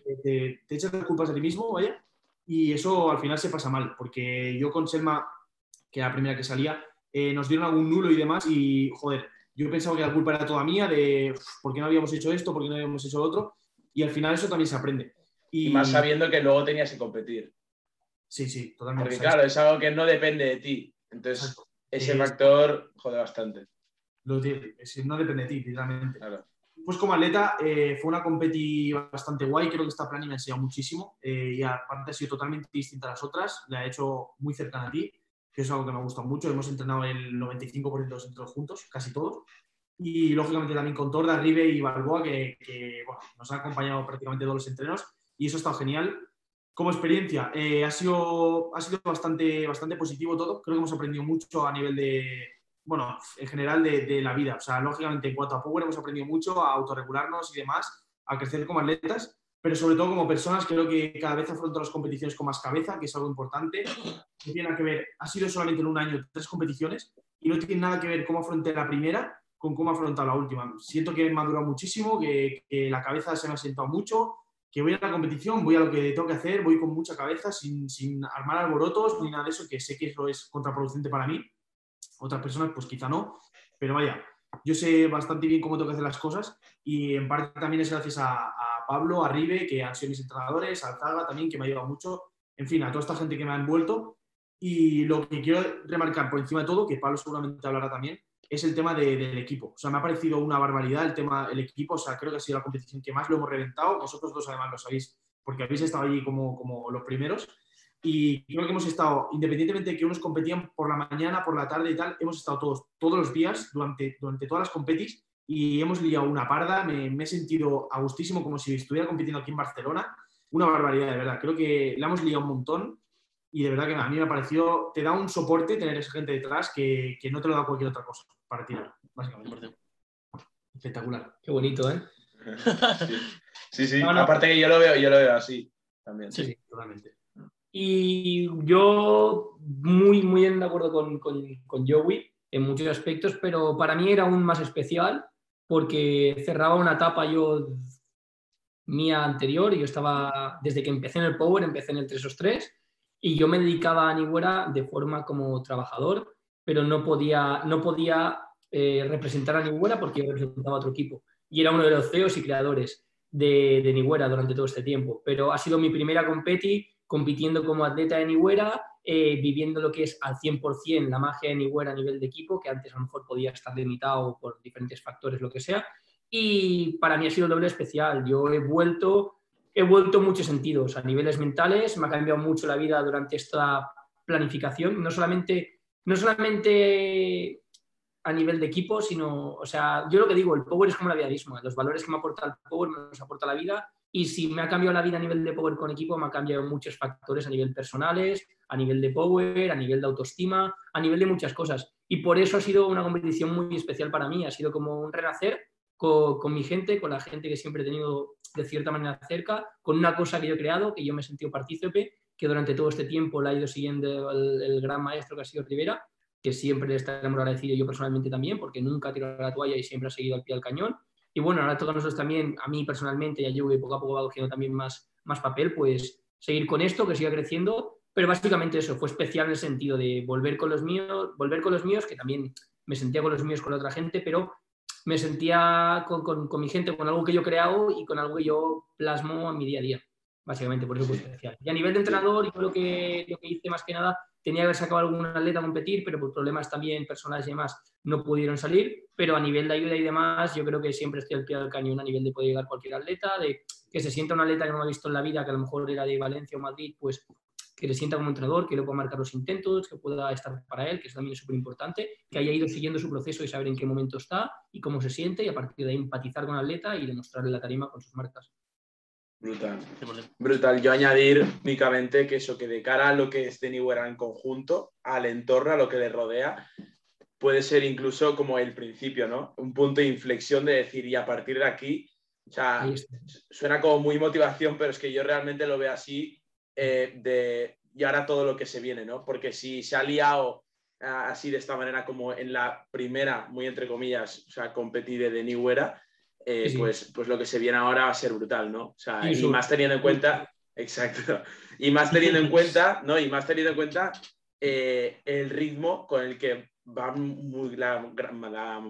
te, te echas las culpas a ti mismo, vaya, y eso al final se pasa mal, porque yo con Selma, que era la primera que salía, eh, nos dieron algún nulo y demás y, joder, yo pensaba que la culpa era toda mía de por qué no habíamos hecho esto, por qué no habíamos hecho lo otro, y al final eso también se aprende. Y, y más sabiendo que luego tenías que competir. Sí, sí, totalmente. Porque claro, es algo que no depende de ti. Entonces, exacto, ese es, factor jode bastante. Lo de, no depende de ti, literalmente. Claro. Pues como atleta eh, fue una competi bastante guay, creo que esta plani me ha enseñado muchísimo eh, y aparte ha sido totalmente distinta a las otras, la he hecho muy cercana a ti, que es algo que me ha gustado mucho. Hemos entrenado el noventa y cinco por ciento de los entrenos juntos, casi todos. Y lógicamente también con Torda, Rive y Balboa, que, que bueno, nos han acompañado prácticamente todos los entrenos y eso ha estado genial. Como experiencia, eh, ha sido, ha sido bastante, bastante positivo todo. Creo que hemos aprendido mucho a nivel de, bueno, en general de, de la vida. O sea, lógicamente en cuanto a Power hemos aprendido mucho a autorregularnos y demás, a crecer como atletas, pero sobre todo como personas creo que cada vez afronto las competiciones con más cabeza, que es algo importante. No tiene nada que ver, ha sido solamente en un año tres competiciones y no tiene nada que ver cómo afronté la primera con cómo afrontar la última. Siento que he madurado muchísimo, que, que la cabeza se me ha sentado mucho, que voy a la competición, voy a lo que tengo que hacer, voy con mucha cabeza, sin, sin armar alborotos ni nada de eso, que sé que eso es contraproducente para mí. Otras personas pues quizá no, pero vaya, yo sé bastante bien cómo tengo que hacer las cosas y en parte también es gracias a, a Pablo, a Rive, que han sido mis entrenadores, a Zaga también, que me ha ayudado mucho, en fin, a toda esta gente que me ha envuelto. Y lo que quiero remarcar por encima de todo, que Pablo seguramente hablará también, es el tema de, del equipo. O sea, me ha parecido una barbaridad el tema del equipo. O sea, creo que ha sido la competición que más lo hemos reventado. Vosotros dos además lo sabéis, porque habéis estado allí como, como los primeros. Y creo que hemos estado, independientemente de que unos competían por la mañana, por la tarde y tal, hemos estado todos, todos los días, durante, durante todas las competis, y hemos liado una parda. Me, me he sentido a gustísimo, como si estuviera compitiendo aquí en Barcelona. una barbaridad, de verdad. Creo que la hemos liado un montón y de verdad que a mí me ha parecido, te da un soporte tener esa gente detrás que, que no te lo da cualquier otra cosa para tirar, básicamente. Espectacular. Qué bonito, ¿eh? Sí, sí, sí. No, no. Aparte que yo lo veo, yo lo veo así también. Sí, sí, totalmente. Y yo muy, muy de acuerdo con, con, con Joey en muchos aspectos, pero para mí era aún más especial porque cerraba una etapa yo mía anterior. Yo estaba, desde que empecé en el Power, empecé en el tres dos tres y yo me dedicaba a Niwera de forma como trabajador, pero no podía, no podía eh, representar a Niwera porque yo representaba a otro equipo y era uno de los C E Os y creadores de, de Niwera durante todo este tiempo. Pero ha sido mi primera competi compitiendo como atleta de Niwera, eh, viviendo lo que es al cien por ciento la magia de Niwera a nivel de equipo, que antes a lo mejor podía estar limitado por diferentes factores, lo que sea. Y para mí ha sido doble especial. Yo he vuelto, he vuelto en muchos sentidos, a niveles mentales, me ha cambiado mucho la vida durante esta planificación, no solamente, no solamente a nivel de equipo, sino, o sea, yo lo que digo, el Power es como la vida misma, los valores que me aporta el Power me los aporta la vida, y si me ha cambiado la vida a nivel de Power con equipo, me ha cambiado muchos factores a nivel personales, a nivel de Power, a nivel de autoestima, a nivel de muchas cosas. Y por eso ha sido una competición muy especial para mí, ha sido como un renacer con, con mi gente, con la gente que siempre he tenido de cierta manera cerca, con una cosa que yo he creado, que yo me he sentido partícipe, que durante todo este tiempo la ha ido siguiendo el, el gran maestro que ha sido Rivera, que siempre le estaremos agradecidos yo personalmente también, porque nunca ha tirado la toalla y siempre ha seguido al pie del cañón. Y bueno, ahora toca a nosotros también, a mí personalmente, ya yo que poco a poco va cogiendo también más, más papel, pues seguir con esto, que siga creciendo. Pero básicamente eso, fue especial en el sentido de volver con los míos, volver con los míos, que también me sentía con los míos con la otra gente, pero me sentía con, con, con mi gente, con algo que yo he creado y con algo que yo plasmo en mi día a día. Básicamente, por eso fue especial. Y a nivel de entrenador, yo lo que, lo que hice más que nada, tenía que haber sacado algún atleta a competir, pero por problemas también personales y demás no pudieron salir. Pero a nivel de ayuda y demás, yo creo que siempre estoy al pie del cañón a nivel de poder llegar cualquier atleta, de que se sienta un atleta que no lo ha visto en la vida, que a lo mejor era de Valencia o Madrid, pues que le sienta como entrenador, que le pueda marcar los intentos, que pueda estar para él, que eso también es súper importante, que haya ido siguiendo su proceso y saber en qué momento está y cómo se siente, y a partir de ahí empatizar con el atleta y demostrarle la tarima con sus marcas. Brutal. Brutal. Yo añadir únicamente que eso, que de cara a lo que es de Niwera en conjunto, al entorno, a lo que le rodea, puede ser incluso como el principio, ¿no? Un punto de inflexión de decir, y a partir de aquí, o sea, suena como muy motivación, pero es que yo realmente lo veo así, eh, de, y ahora todo lo que se viene, ¿no? Porque si se ha liado uh, así de esta manera como en la primera, muy entre comillas, o sea, competide de Niwera, Eh, sí. pues, pues lo que se viene ahora va a ser brutal, ¿no? O sea, sí, y sí. más teniendo en cuenta, exacto, y más teniendo en cuenta, ¿no? Y más teniendo en cuenta eh, el ritmo con el que va muy la, la, la,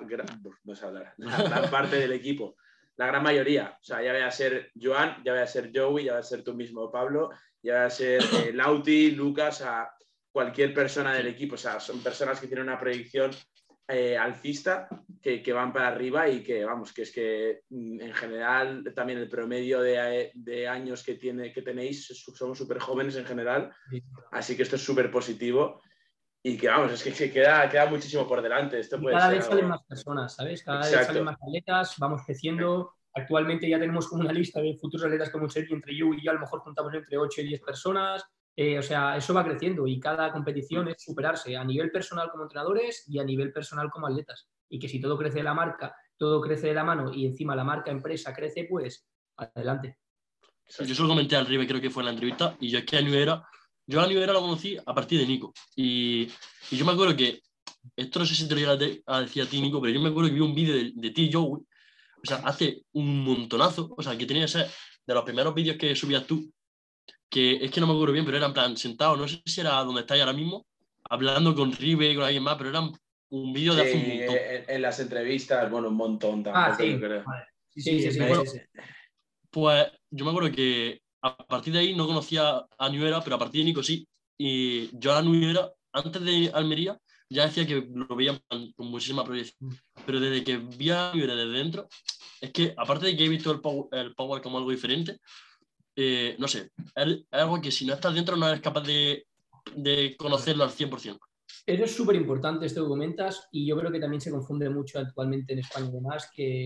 no sé hablar, la gran parte del equipo, la gran mayoría. O sea, ya va a ser Joan, ya va a ser Joey, ya va a ser tú mismo, Pablo, ya va a ser eh, Lauti, Lucas, a cualquier persona del equipo. O sea, son personas que tienen una proyección Eh, alcista, que, que van para arriba y que, vamos, que es que en general también el promedio de, de años que, tiene, que tenéis, somos súper jóvenes en general, así que esto es súper positivo y que, vamos, es que, que queda, queda muchísimo por delante. Esto puede cada ser vez algo... salen más personas, ¿sabes? Cada Exacto. vez salen más atletas, vamos creciendo. Actualmente ya tenemos como una lista de futuros atletas como serie entre yo y yo, a lo mejor juntamos entre ocho y diez personas. Eh, o sea, eso va creciendo y cada competición es superarse a nivel personal como entrenadores y a nivel personal como atletas. Y que si todo crece de la marca, todo crece de la mano y encima la marca empresa crece, pues adelante. Sí, yo solo comenté al Ribe, creo que fue en la entrevista, y yo es que a Niwera, yo a Niwera lo conocí a partir de Nico. Y, y yo me acuerdo que, esto no sé si te lo llegué a decir a ti, Nico, pero yo me acuerdo que vi un vídeo de, de ti y Joey, o sea, hace un montonazo, o sea, que tenía ese, de los primeros vídeos que subías tú, que es que no me acuerdo bien, pero era en plan sentado, no sé si era donde estáis ahora mismo, hablando con Ribe y con alguien más, pero era un vídeo de sí, hace un montón. En, en las entrevistas, bueno, un montón tampoco, ah, sí. yo creo. Vale. Sí, sí, sí, sí, me... sí, sí. Pues yo me acuerdo que a partir de ahí no conocía a Niwera, pero a partir de Nico sí. Y yo a Niwera, antes de Almería, ya decía que lo veía con muchísima proyección. Pero desde que vi a Niwera desde dentro, es que aparte de que he visto el power, el power como algo diferente, Eh, no sé, es algo que si no estás dentro no eres capaz de, de conocerlo al cien por ciento. Eso es súper importante esto que comentas y yo creo que también se confunde mucho actualmente en España además que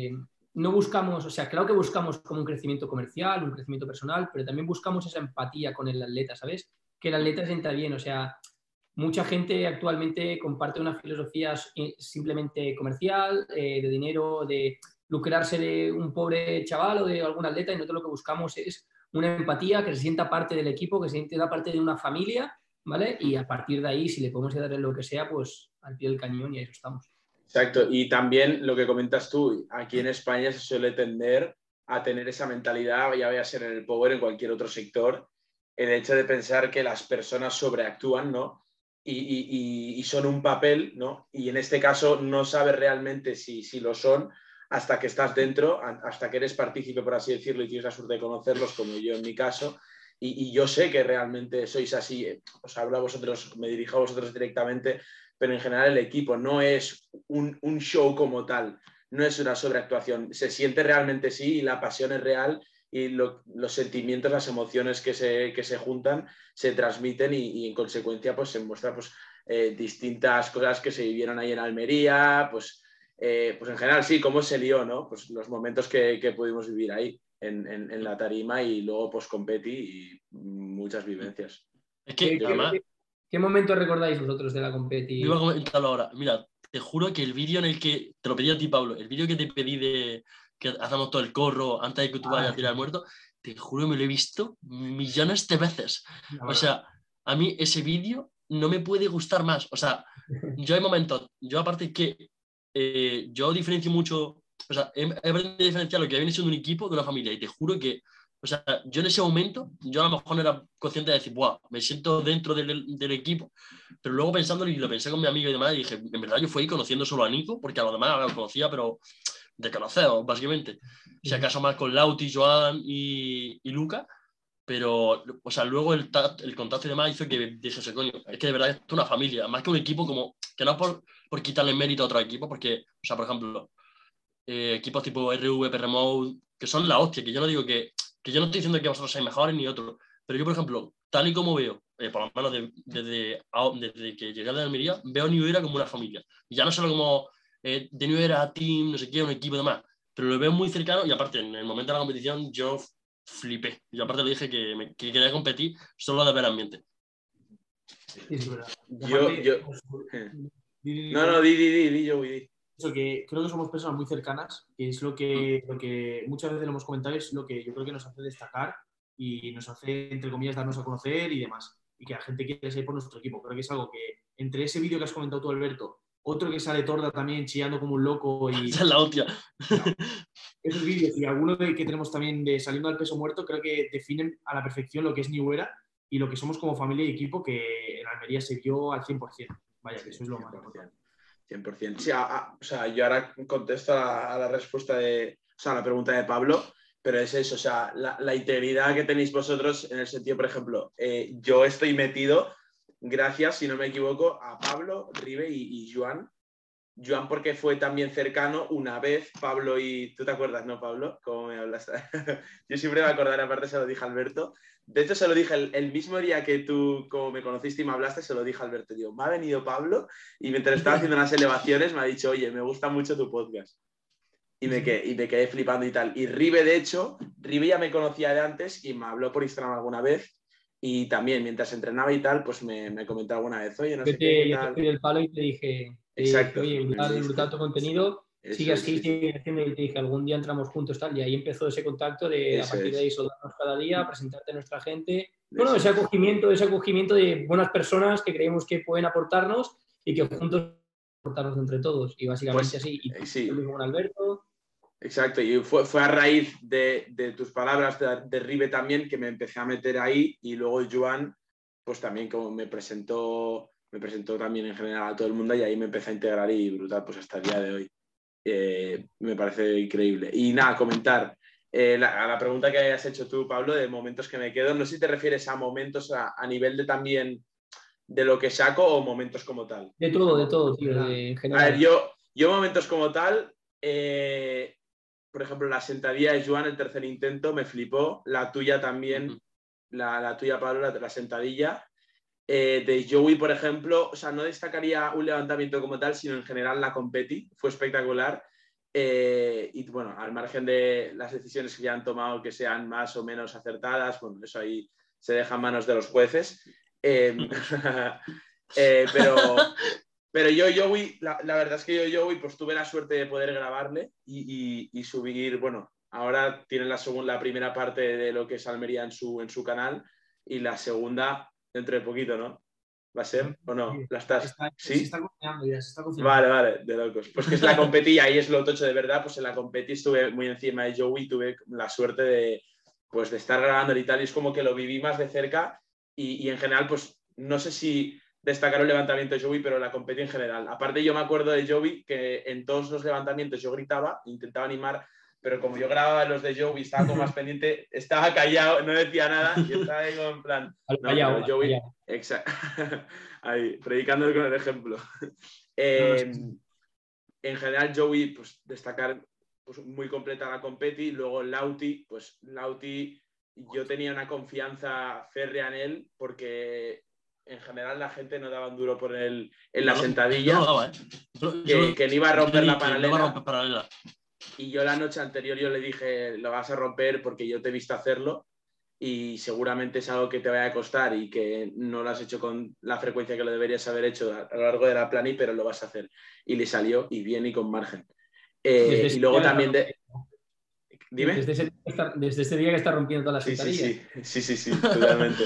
no buscamos, o sea, claro que buscamos como un crecimiento comercial, un crecimiento personal, pero también buscamos esa empatía con el atleta, ¿sabes? Que el atleta se sienta bien, o sea, mucha gente actualmente comparte una filosofía simplemente comercial, eh, de dinero, de lucrarse de un pobre chaval o de algún atleta, y nosotros lo que buscamos es una empatía, que se sienta parte del equipo, que se sienta parte de una familia, ¿vale? Y a partir de ahí, si le podemos darle lo que sea, pues al pie del cañón y ahí estamos. Exacto, y también lo que comentas tú, aquí en España se suele tender a tener esa mentalidad, ya vaya a ser en el power, en cualquier otro sector, el hecho de pensar que las personas sobreactúan, ¿no? Y, y, y son un papel, ¿no? Y en este caso no sabes realmente si, si lo son hasta que estás dentro, hasta que eres partícipe, por así decirlo, y tienes la suerte de conocerlos, como yo en mi caso. Y, y yo sé que realmente sois así, os hablo a vosotros, me dirijo a vosotros directamente, pero en general el equipo no es un, un show como tal, no es una sobreactuación, se siente realmente sí y la pasión es real y lo, los sentimientos, las emociones que se, que se juntan se transmiten y, y en consecuencia pues se muestran pues, eh, distintas cosas que se vivieron ahí en Almería, pues, eh, pues en general sí, cómo se lió, ¿no? Pues los momentos que, que pudimos vivir ahí en, en, en la tarima y luego post-competi y muchas vivencias. Es que, ¿Qué, además... ¿qué, ¿Qué momento recordáis vosotros de la competi? Yo iba a comentarlo ahora. Mira, te juro que el vídeo en el que... Te lo pedí a ti, Pablo. El vídeo que te pedí de que hacemos todo el corro antes de que tú vayas ah, a tirar sí. muerto, te juro que me lo he visto millones de veces. No, o sea, a mí ese vídeo no me puede gustar más. O sea, yo hay momentos... Yo aparte que eh, yo diferencio mucho... O sea, he, he aprendido a diferenciar lo que viene siendo un equipo de una familia. Y te juro que... O sea, yo en ese momento, yo a lo mejor no era consciente de decir, ¡buah! Me siento dentro del, del equipo, pero luego pensándolo y lo pensé con mi amigo y demás, y dije, en verdad yo fui conociendo solo a Nico, porque a los demás los conocía, pero de conoceros, básicamente. Si acaso más con Lauti, Joan y, y Luca, pero, o sea, luego el, el contacto y demás hizo que dijese, coño, es que de verdad esto es una familia, más que un equipo como, que no es por, por quitarle mérito a otro equipo, porque, o sea, por ejemplo, eh, equipos tipo R V, P R Mode, que son la hostia, que yo no digo que que yo no estoy diciendo que vosotros seáis mejores ni otros, pero yo, por ejemplo, tal y como veo, eh, por lo menos de, de, de, desde que llegué a la Almería, veo a New Era como una familia. Y ya no solo como eh, de New Era, team, no sé qué, un equipo y demás, pero lo veo muy cercano y aparte, en el momento de la competición, yo flipé. Yo aparte le dije que, me, que quería competir solo de ver ambiente. Sí, es verdad. Yo, yo... No, no, di, di, di, di, yo voy. Eso, que creo que somos personas muy cercanas, que es lo que, lo que muchas veces lo hemos comentado, es lo que yo creo que nos hace destacar y nos hace, entre comillas, darnos a conocer y demás. Y que la gente quiere seguir por nuestro equipo. Creo que es algo que, entre ese vídeo que has comentado tú, Alberto, otro que sale Torda también chillando como un loco y... Esa es la hostia. No. Esos vídeos y algunos de, que tenemos también de Saliendo al Peso Muerto, creo que definen a la perfección lo que es New Era y lo que somos como familia y equipo, que en Almería se dio al cien por ciento. Vaya, que eso es lo más importante. cien por ciento. Sí, a, a, o sea, yo ahora contesto a, a la respuesta de, o sea, a la pregunta de Pablo, pero es eso, o sea, la, la integridad que tenéis vosotros en el sentido, por ejemplo, eh, yo estoy metido, gracias, si no me equivoco, a Pablo, Ribe y, y Joan. Joan porque fue también cercano una vez, Pablo y... ¿Tú te acuerdas, no, Pablo? ¿Cómo me hablas? Yo siempre me acordaré, aparte se lo dije a Alberto. De hecho, se lo dije el, el mismo día que tú, como me conociste y me hablaste, se lo dije a Alberto. Digo, me ha venido Pablo y mientras estaba haciendo unas elevaciones me ha dicho, oye, me gusta mucho tu podcast. Y me quedé, y me quedé flipando y tal. Y Ribe, de hecho, Ribe ya me conocía de antes y me habló por Instagram alguna vez. Y también, mientras entrenaba y tal, pues me, me comentó alguna vez, oye, no yo sé te, qué. Yo tal. te pedí el palo y te dije, te Exacto. dije oye, brutal, brutal tu contenido, Eso sigue así, es, sigue haciendo, y te dije, algún día entramos juntos, tal, y ahí empezó ese contacto de, Eso a partir es. de ahí, soldarnos cada día, presentarte a nuestra gente. Bueno, ese acogimiento, ese acogimiento de buenas personas que creemos que pueden aportarnos y que juntos aportarnos entre todos, y básicamente pues, así. Y eh, sí. lo mismo con Alberto. Exacto, y fue, fue a raíz de, de tus palabras de, de Ribe también que me empecé a meter ahí y luego Joan, pues también como me presentó, me presentó también en general a todo el mundo y ahí me empecé a integrar y brutal, pues hasta el día de hoy. Eh, me parece increíble. Y nada, comentar eh, la, a la pregunta que hayas hecho tú, Pablo, de momentos que me quedo, no sé si te refieres a momentos a, a nivel de también de lo que saco o momentos como tal. De todo, de todo, tío, de, en general. A ver, yo, yo momentos como tal... Eh, por ejemplo, la sentadilla de Joan, el tercer intento, me flipó. La tuya también, uh-huh. la, la tuya, Pablo, la, la sentadilla. Eh, de Joey, por ejemplo, o sea, no destacaría un levantamiento como tal, sino en general la competi. Fue espectacular. Eh, y bueno, al margen de las decisiones que ya han tomado que sean más o menos acertadas, bueno, eso ahí se deja en manos de los jueces. Eh, eh, pero, pero yo, Joey, la, la verdad es que yo, Joey, pues tuve la suerte de poder grabarle y, y, y subir, bueno, ahora tiene la, segunda, la primera parte de lo que es Almería en su, en su canal y la segunda dentro de poquito, ¿no? ¿Va a ser o no? ¿La estás? Está, ¿Sí? Se está cocinando ya, se está cocinando. Vale, vale, de locos. Pues que es la competí y ahí es lo tocho de verdad, pues en la competí estuve muy encima de Joey, tuve la suerte de, pues, de estar grabando y tal, y es como que lo viví más de cerca y, y en general, pues no sé si destacar el levantamiento de Joey, pero la competí en general. Aparte yo me acuerdo de Joey que en todos los levantamientos yo gritaba, intentaba animar, pero como yo grababa los de Joey, estaba como más pendiente, estaba callado, no decía nada, y estaba ahí como en plan... No, callado, pero Joey, callado. exacto, ahí, predicando con el ejemplo. Eh, No, no, sí. En general, Joey, pues destacar pues, muy completa la competi, luego Lauti, pues Lauti, yo tenía una confianza férrea en él, porque en general la gente no daba un duro por él en la Yo no- sentadilla, yo no lo daba, ¿eh? Yo- que, yo- que no iba a yo romper le la dije, no paralela. va a romper paralela. Y yo la noche anterior yo le dije, lo vas a romper porque yo te he visto hacerlo y seguramente es algo que te vaya a costar y que no lo has hecho con la frecuencia que lo deberías haber hecho a lo largo de la plani, pero lo vas a hacer. Y le salió y bien y con margen. Eh, Desde y luego ese día también que de... Dime. Desde ese, día que está, desde ese día que está rompiendo todas las Sí, sí, sentadillas. sí, sí, sí, sí, totalmente.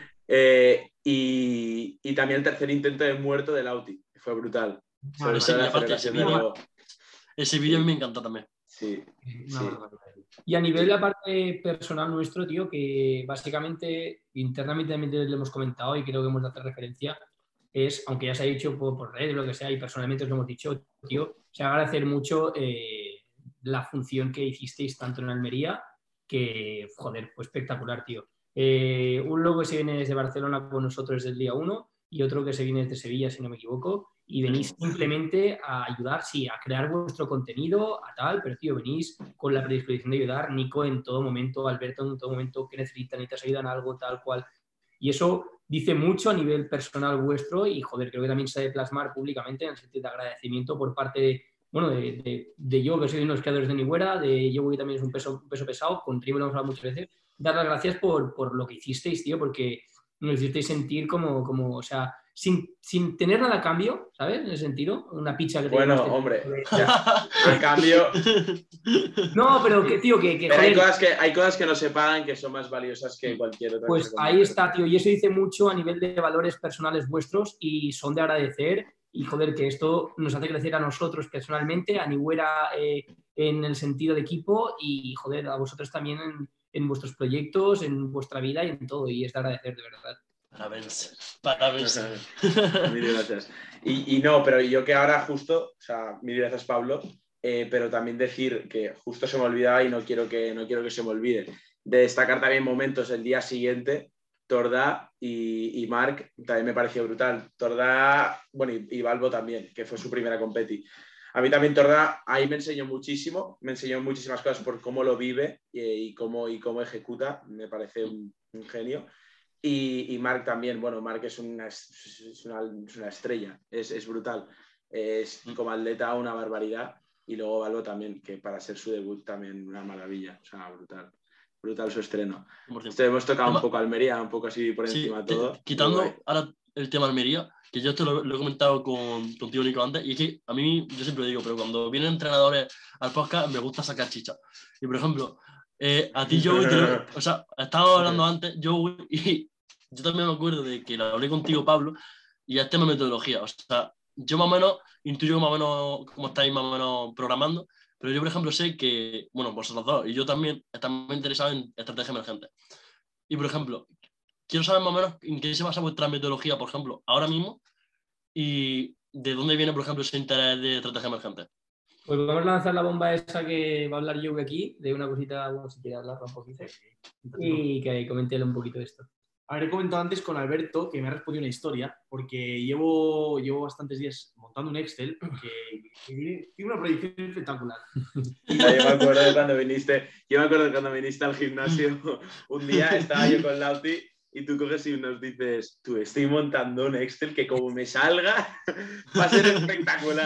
Eh, y, y también el tercer intento de muerto del Lauti, que fue brutal. Sobre Ese- todo y la aparte, ese aceleración de vídeo luego. ese vídeo a mí me encantó también. Sí, Una sí. barbaridad. Y a nivel, la parte personal nuestro, tío, que básicamente internamente también le hemos comentado y creo que hemos de hacer referencia, es, aunque ya se ha dicho por, por redes, lo que sea, y personalmente os lo hemos dicho, tío, se agradecer mucho eh, la función que hicisteis tanto en Almería, que, joder, fue espectacular, tío. Eh, un loco que se viene desde Barcelona con nosotros desde el día uno y otro que se viene desde Sevilla, si no me equivoco, y venís simplemente a ayudar, sí, a crear vuestro contenido, a tal, pero tío, venís con la predisposición de ayudar, Nico en todo momento, Alberto en todo momento, que necesitan, necesitas ayuda en algo, tal cual. Y eso dice mucho a nivel personal vuestro y, joder, creo que también se debe plasmar públicamente en el sentido de agradecimiento por parte de, bueno, de, de, de yo, que soy uno de los creadores de Nihuera, de yo, que también es un peso, un peso pesado, con Tribu lo hemos hablado muchas veces, dar las gracias por, por lo que hicisteis, tío, porque nos hicisteis sentir como, como o sea, sin, sin tener nada a cambio, ¿sabes? En ese sentido, una pizza que te Bueno, llevaste. hombre, ya, a cambio... No, pero que, tío, que... que Pero hay joder, cosas que, hay cosas que no se pagan que son más valiosas que cualquier otra pues cosa. ahí está, tío, y eso dice mucho a nivel de valores personales vuestros y son de agradecer y, joder, que esto nos hace crecer a nosotros personalmente, a Nihuera eh, en el sentido de equipo y, joder, a vosotros también en, en vuestros proyectos, en vuestra vida y en todo, y es de agradecer, de verdad. Parabéns. Parabéns. Mil gracias. Y, y no, pero yo que ahora justo, o sea, mil gracias, Pablo, eh, pero también decir que justo se me olvidaba y no quiero que, no quiero que se me olvide, de destacar también momentos el día siguiente, Tordá y, y Marc, también me pareció brutal. Tordá, bueno, y, y Balbo también, que fue su primera competi. A mí también Tordá, ahí me enseñó muchísimo, me enseñó muchísimas cosas por cómo lo vive y, y, cómo, y cómo ejecuta, me parece un, un genio. Y, y Marc también, bueno, Marc es una, es una, es una estrella, es, es brutal. Es como atleta una barbaridad. Y luego Balbo también, que para ser su debut también una maravilla, o sea, brutal. Brutal su estreno. Esto hemos tocado un poco Almería, un poco así por sí, encima de todo. Quitando ahora el tema Almería, que yo esto lo, lo he comentado con, contigo, Nico, antes, y es que a mí, yo siempre lo digo, pero cuando vienen entrenadores al podcast me gusta sacar chicha. Y por ejemplo, eh, a ti, Joey, te lo, o sea, estábamos hablando antes, Joey, y yo también me acuerdo de que lo hablé contigo, Pablo, y el tema de metodología. O sea, yo más o menos intuyo más o menos cómo estáis más o menos programando, pero yo, por ejemplo, sé que, bueno, vosotros dos y yo también estamos interesados en estrategia emergente. Y, por ejemplo, quiero saber más o menos en qué se basa vuestra metodología, por ejemplo, ahora mismo, y de dónde viene, por ejemplo, ese interés de estrategia emergente. Pues vamos a lanzar la bomba esa que va a hablar yo aquí, de una cosita, bueno, si quiere hablar un poquito, y que comente un poquito de esto. Habré comentado antes con Alberto que me ha respondido una historia, porque llevo, llevo bastantes días montando un Excel que, que tiene una predicción espectacular. Yo me acuerdo de cuando viniste, yo me acuerdo de cuando viniste al gimnasio un día, estaba yo con Lauti y tú coges y nos dices, tú estoy montando un Excel que como me salga va a ser espectacular.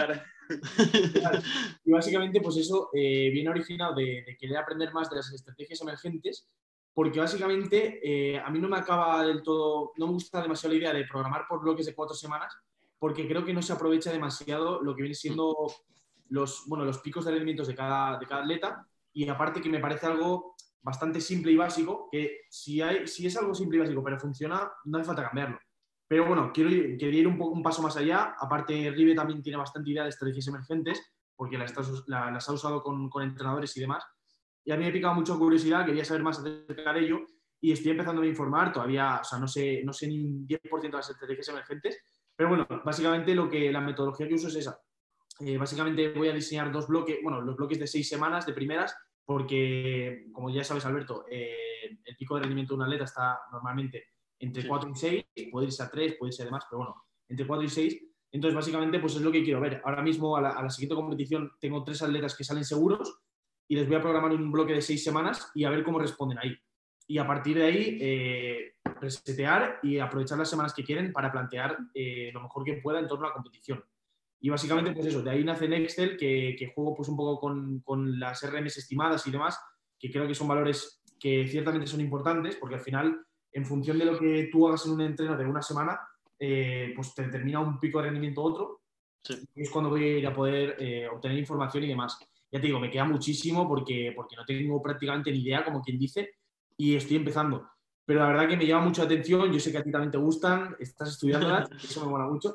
Y básicamente, pues eso eh, viene originado de, de querer aprender más de las estrategias emergentes, porque básicamente eh, a mí no me acaba del todo, no me gusta demasiado la idea de programar por bloques de cuatro semanas, porque creo que no se aprovecha demasiado lo que viene siendo los, bueno, los picos de rendimientos de cada, de cada atleta, y aparte que me parece algo bastante simple y básico, que si, hay, si es algo simple y básico pero funciona, no hace falta cambiarlo. Pero bueno, quiero ir, quería ir un, poco, un paso más allá. Aparte, Ribe también tiene bastante idea de estrategias emergentes, porque las, la, las ha usado con, con entrenadores y demás. Y a mí me ha picado mucho curiosidad, quería saber más acerca de ello, y estoy empezando a informar. Todavía, o sea, no sé, no sé ni un diez por ciento de las estrategias emergentes, pero bueno, básicamente lo que, la metodología que uso es esa. Eh, básicamente voy a diseñar dos bloques, bueno, los bloques de seis semanas de primeras, porque, como ya sabes, Alberto, eh, el pico de rendimiento de un atleta está normalmente entre sí. cuatro y seis, puede irse a tres, puede ser además, pero bueno, entre cuatro y seis. Entonces, básicamente, pues es lo que quiero ver. Ahora mismo, a la, a la siguiente competición, tengo tres atletas que salen seguros y les voy a programar un bloque de seis semanas y a ver cómo responden ahí. Y a partir de ahí, eh, resetear y aprovechar las semanas que quieren para plantear eh, lo mejor que pueda en torno a la competición. Y básicamente, pues eso, de ahí nace Nextel, que, que juego pues un poco con, con las R Ms estimadas y demás, que creo que son valores que ciertamente son importantes, porque al final, en función de lo que tú hagas en un entreno de una semana, eh, pues te determina un pico de rendimiento otro, sí. Y es cuando voy a ir a poder eh, obtener información y demás. Ya te digo, me queda muchísimo porque, porque no tengo prácticamente ni idea, como quien dice, y estoy empezando. Pero la verdad que me llama mucho la atención, yo sé que a ti también te gustan, estás estudiándolas, eso me mola mucho.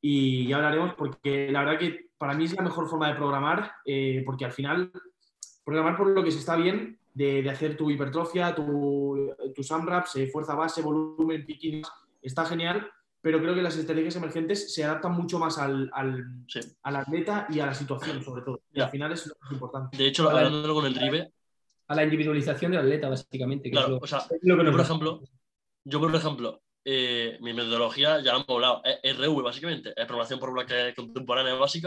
Y ya hablaremos porque la verdad que para mí es la mejor forma de programar, eh, porque al final programar por lo que se está bien, de, de hacer tu hipertrofia, tu, tus AMRAPs, eh, fuerza base, volumen, picking, está genial, pero creo que las estrategias emergentes se adaptan mucho más al, al, sí. al atleta y a la situación, sobre todo. Y ya. Al final es lo más importante. De hecho, hablándolo con el Ribe... A la individualización del atleta, básicamente. Que claro, es lo, o sea, es lo que yo, por nos... ejemplo, yo, por ejemplo, eh, mi metodología, ya lo hemos hablado, es R V, básicamente, es programación por bloques contemporánea básica.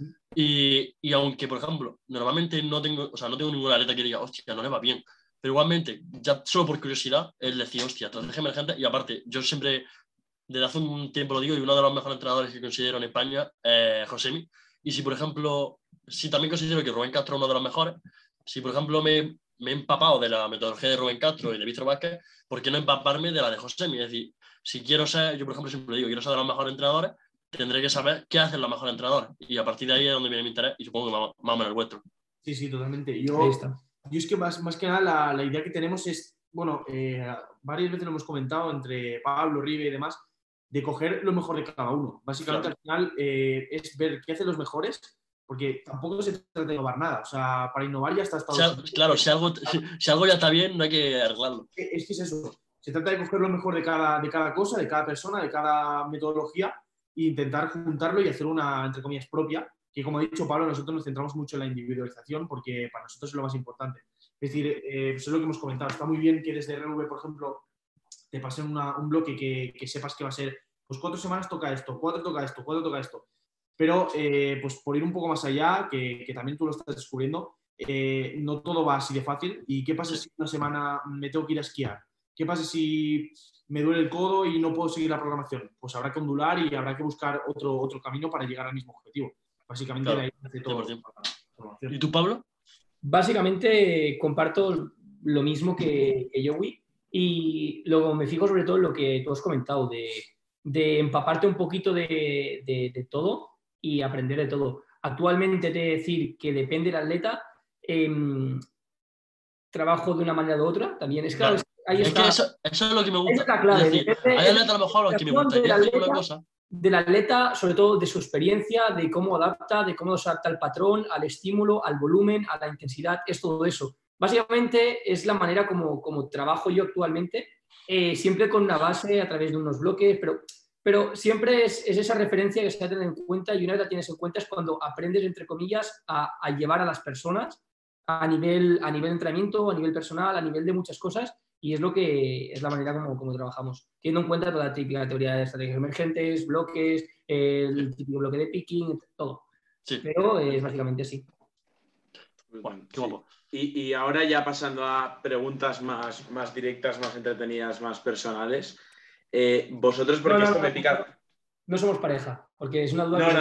Y, y aunque, por ejemplo, normalmente no tengo, o sea, no tengo ninguna atleta que diga, hostia, no le va bien, pero igualmente, ya solo por curiosidad, es decir, hostia, estrategia emergente. Y aparte, yo siempre, desde hace un tiempo lo digo, y uno de los mejores entrenadores que considero en España es Josemi. Y si, por ejemplo, si también considero que Rubén Castro es uno de los mejores, si, por ejemplo, me, me he empapado de la metodología de Rubén Castro y de Víctor Vázquez, ¿por qué no empaparme de la de Josemi? Es decir, si quiero ser, yo por ejemplo siempre digo, quiero ser de los mejores entrenadores, tendré que saber qué hacen los mejores entrenadores. Y a partir de ahí es donde viene mi interés y supongo que más, más o menos el vuestro. Sí, sí, totalmente. Yo, yo es que más, más que nada la, la idea que tenemos es, bueno, eh, varias veces lo hemos comentado entre Pablo, Ribe y demás, de coger lo mejor de cada uno. Básicamente, claro. Al final eh, es ver qué hacen los mejores, porque tampoco se trata de innovar nada. O sea, para innovar ya está Estados Unidos. O sea, claro, si algo, si, si algo ya está bien, no hay que arreglarlo. Es que es eso. Se trata de coger lo mejor de cada, de cada cosa, de cada persona, de cada metodología e intentar juntarlo y hacer una, entre comillas, propia, que como ha dicho Pablo, nosotros nos centramos mucho en la individualización porque para nosotros es lo más importante. Es decir, eh, eso es lo que hemos comentado. Está muy bien que desde R V, por ejemplo, te pasen una, un bloque que, que sepas que va a ser, pues cuatro semanas toca esto, cuatro toca esto, cuatro toca esto. Pero, eh, pues por ir un poco más allá, que, que también tú lo estás descubriendo, eh, no todo va así de fácil. ¿Y qué pasa si una semana me tengo que ir a esquiar? ¿Qué pasa si me duele el codo y no puedo seguir la programación? Pues habrá que ondular y habrá que buscar otro, otro camino para llegar al mismo objetivo. Básicamente, claro, de ahí hace todo. ¿Y tú, Pablo? Básicamente, comparto lo mismo que, que Joey y luego me fijo sobre todo en lo que tú has comentado, de, de empaparte un poquito de, de, de todo y aprender de todo. Actualmente, te he de decir que depende del atleta, eh, trabajo de una manera u otra. También es claro. claro. Ahí es está, que eso, eso es lo que me gusta. Es la clave. Es decir, hay atletas a lo mejor a los que me gusta. Del atleta, una cosa. del atleta, sobre todo de su experiencia, de cómo adapta, de cómo se adapta al patrón, al estímulo, al volumen, a la intensidad, es todo eso. Básicamente es la manera como, como trabajo yo actualmente, eh, siempre con una base a través de unos bloques, pero, pero siempre es, es esa referencia que se ha de tener en cuenta y una vez la tienes en cuenta es cuando aprendes, entre comillas, a, a llevar a las personas a nivel, a nivel de entrenamiento, a nivel personal, a nivel de muchas cosas. Y es lo que es la manera como, como trabajamos, teniendo en cuenta toda la típica teoría de estrategias emergentes, bloques, el típico bloque de picking, todo. Sí. Pero es básicamente así. Bueno, qué guapo. Y, y ahora ya pasando a preguntas más, más directas, más entretenidas, más personales. Eh, vosotros, porque no, no, esto no, me pica... no somos pareja, porque es una duda. No,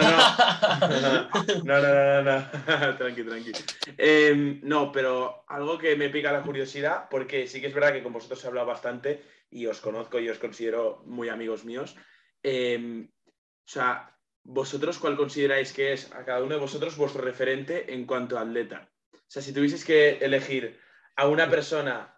que... no, no. No, no, no, no, no. Tranqui, tranqui. Eh, no, pero algo que me pica la curiosidad, porque sí que es verdad que con vosotros he hablado bastante y os conozco y os considero muy amigos míos. Eh, o sea, ¿vosotros cuál consideráis que es a cada uno de vosotros vuestro referente en cuanto a atleta? O sea, si tuvieseis que elegir a una persona...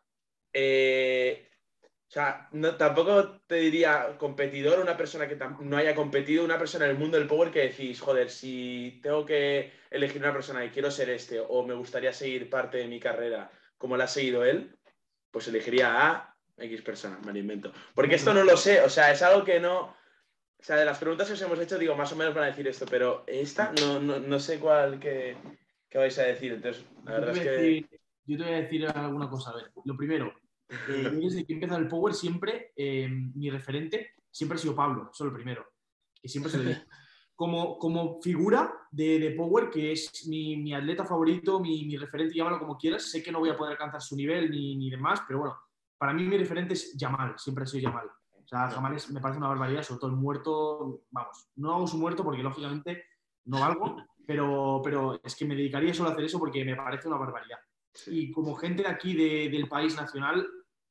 Eh, o sea, no, tampoco te diría competidor, una persona que no haya competido, una persona en el mundo del power que decís, joder, si tengo que elegir una persona y quiero ser este o me gustaría seguir parte de mi carrera como la ha seguido él, pues elegiría a X persona, me lo invento. Porque esto no lo sé, o sea, es algo que no... O sea, de las preguntas que os hemos hecho, digo, más o menos van a decir esto, pero esta no, no, no sé cuál que, que vais a decir. Entonces, la verdad es que... Decir, yo te voy a decir alguna cosa. A ver, lo primero, eh, yo desde que he empezado el Power siempre, eh, mi referente siempre ha sido Pablo, eso es lo primero. Que siempre se lo digo. Como, como figura de, de Power, que es mi, mi atleta favorito, mi, mi referente, llámalo como quieras. Sé que no voy a poder alcanzar su nivel ni, ni demás, pero bueno, para mí mi referente es Yamal, siempre ha sido Yamal. O sea, Yamal es, me parece una barbaridad, sobre todo el muerto, vamos, no hago su muerto porque lógicamente no valgo, pero, pero es que me dedicaría solo a hacer eso porque me parece una barbaridad. Y como gente de aquí, de, del país nacional,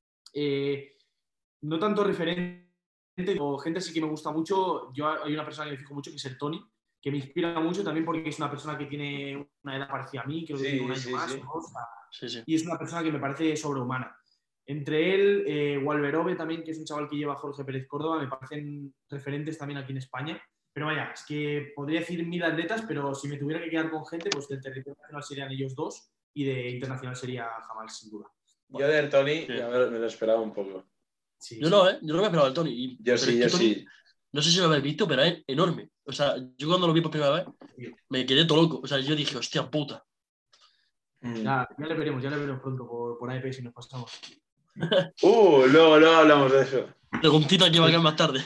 eh, no tanto referente, o gente sí que me gusta mucho. Yo hay una persona que me fijo mucho que es el Tony, que me inspira mucho también porque es una persona que tiene una edad parecida a mí, creo que Sí, tiene un año sí, más, sí. ¿no? O sea, Sí, sí. y es una persona que me parece sobrehumana. Entre él, eh, Walverove también, que es un chaval que lleva Jorge Pérez Córdoba, me parecen referentes también aquí en España. Pero vaya, es que podría decir mil atletas, pero si me tuviera que quedar con gente, pues del territorio nacional serían ellos dos y de internacional sería Jamal, sin duda. Yo del Tony Sí. ya me, me lo esperaba un poco. Sí, Yo sí. no, ¿eh? Yo no me esperaba el Tony. Y, Yo pero sí, es yo que Tony, sí. no sé si lo habéis visto, pero es enorme. O sea, yo cuando lo vi por primera vez, me quedé todo loco. O sea, yo dije, hostia puta. Mm. Ya, ya le veremos, ya le veremos pronto por, por A E P si nos pasamos. Uh, luego, luego hablamos de eso. Preguntita que va a quedar más tarde.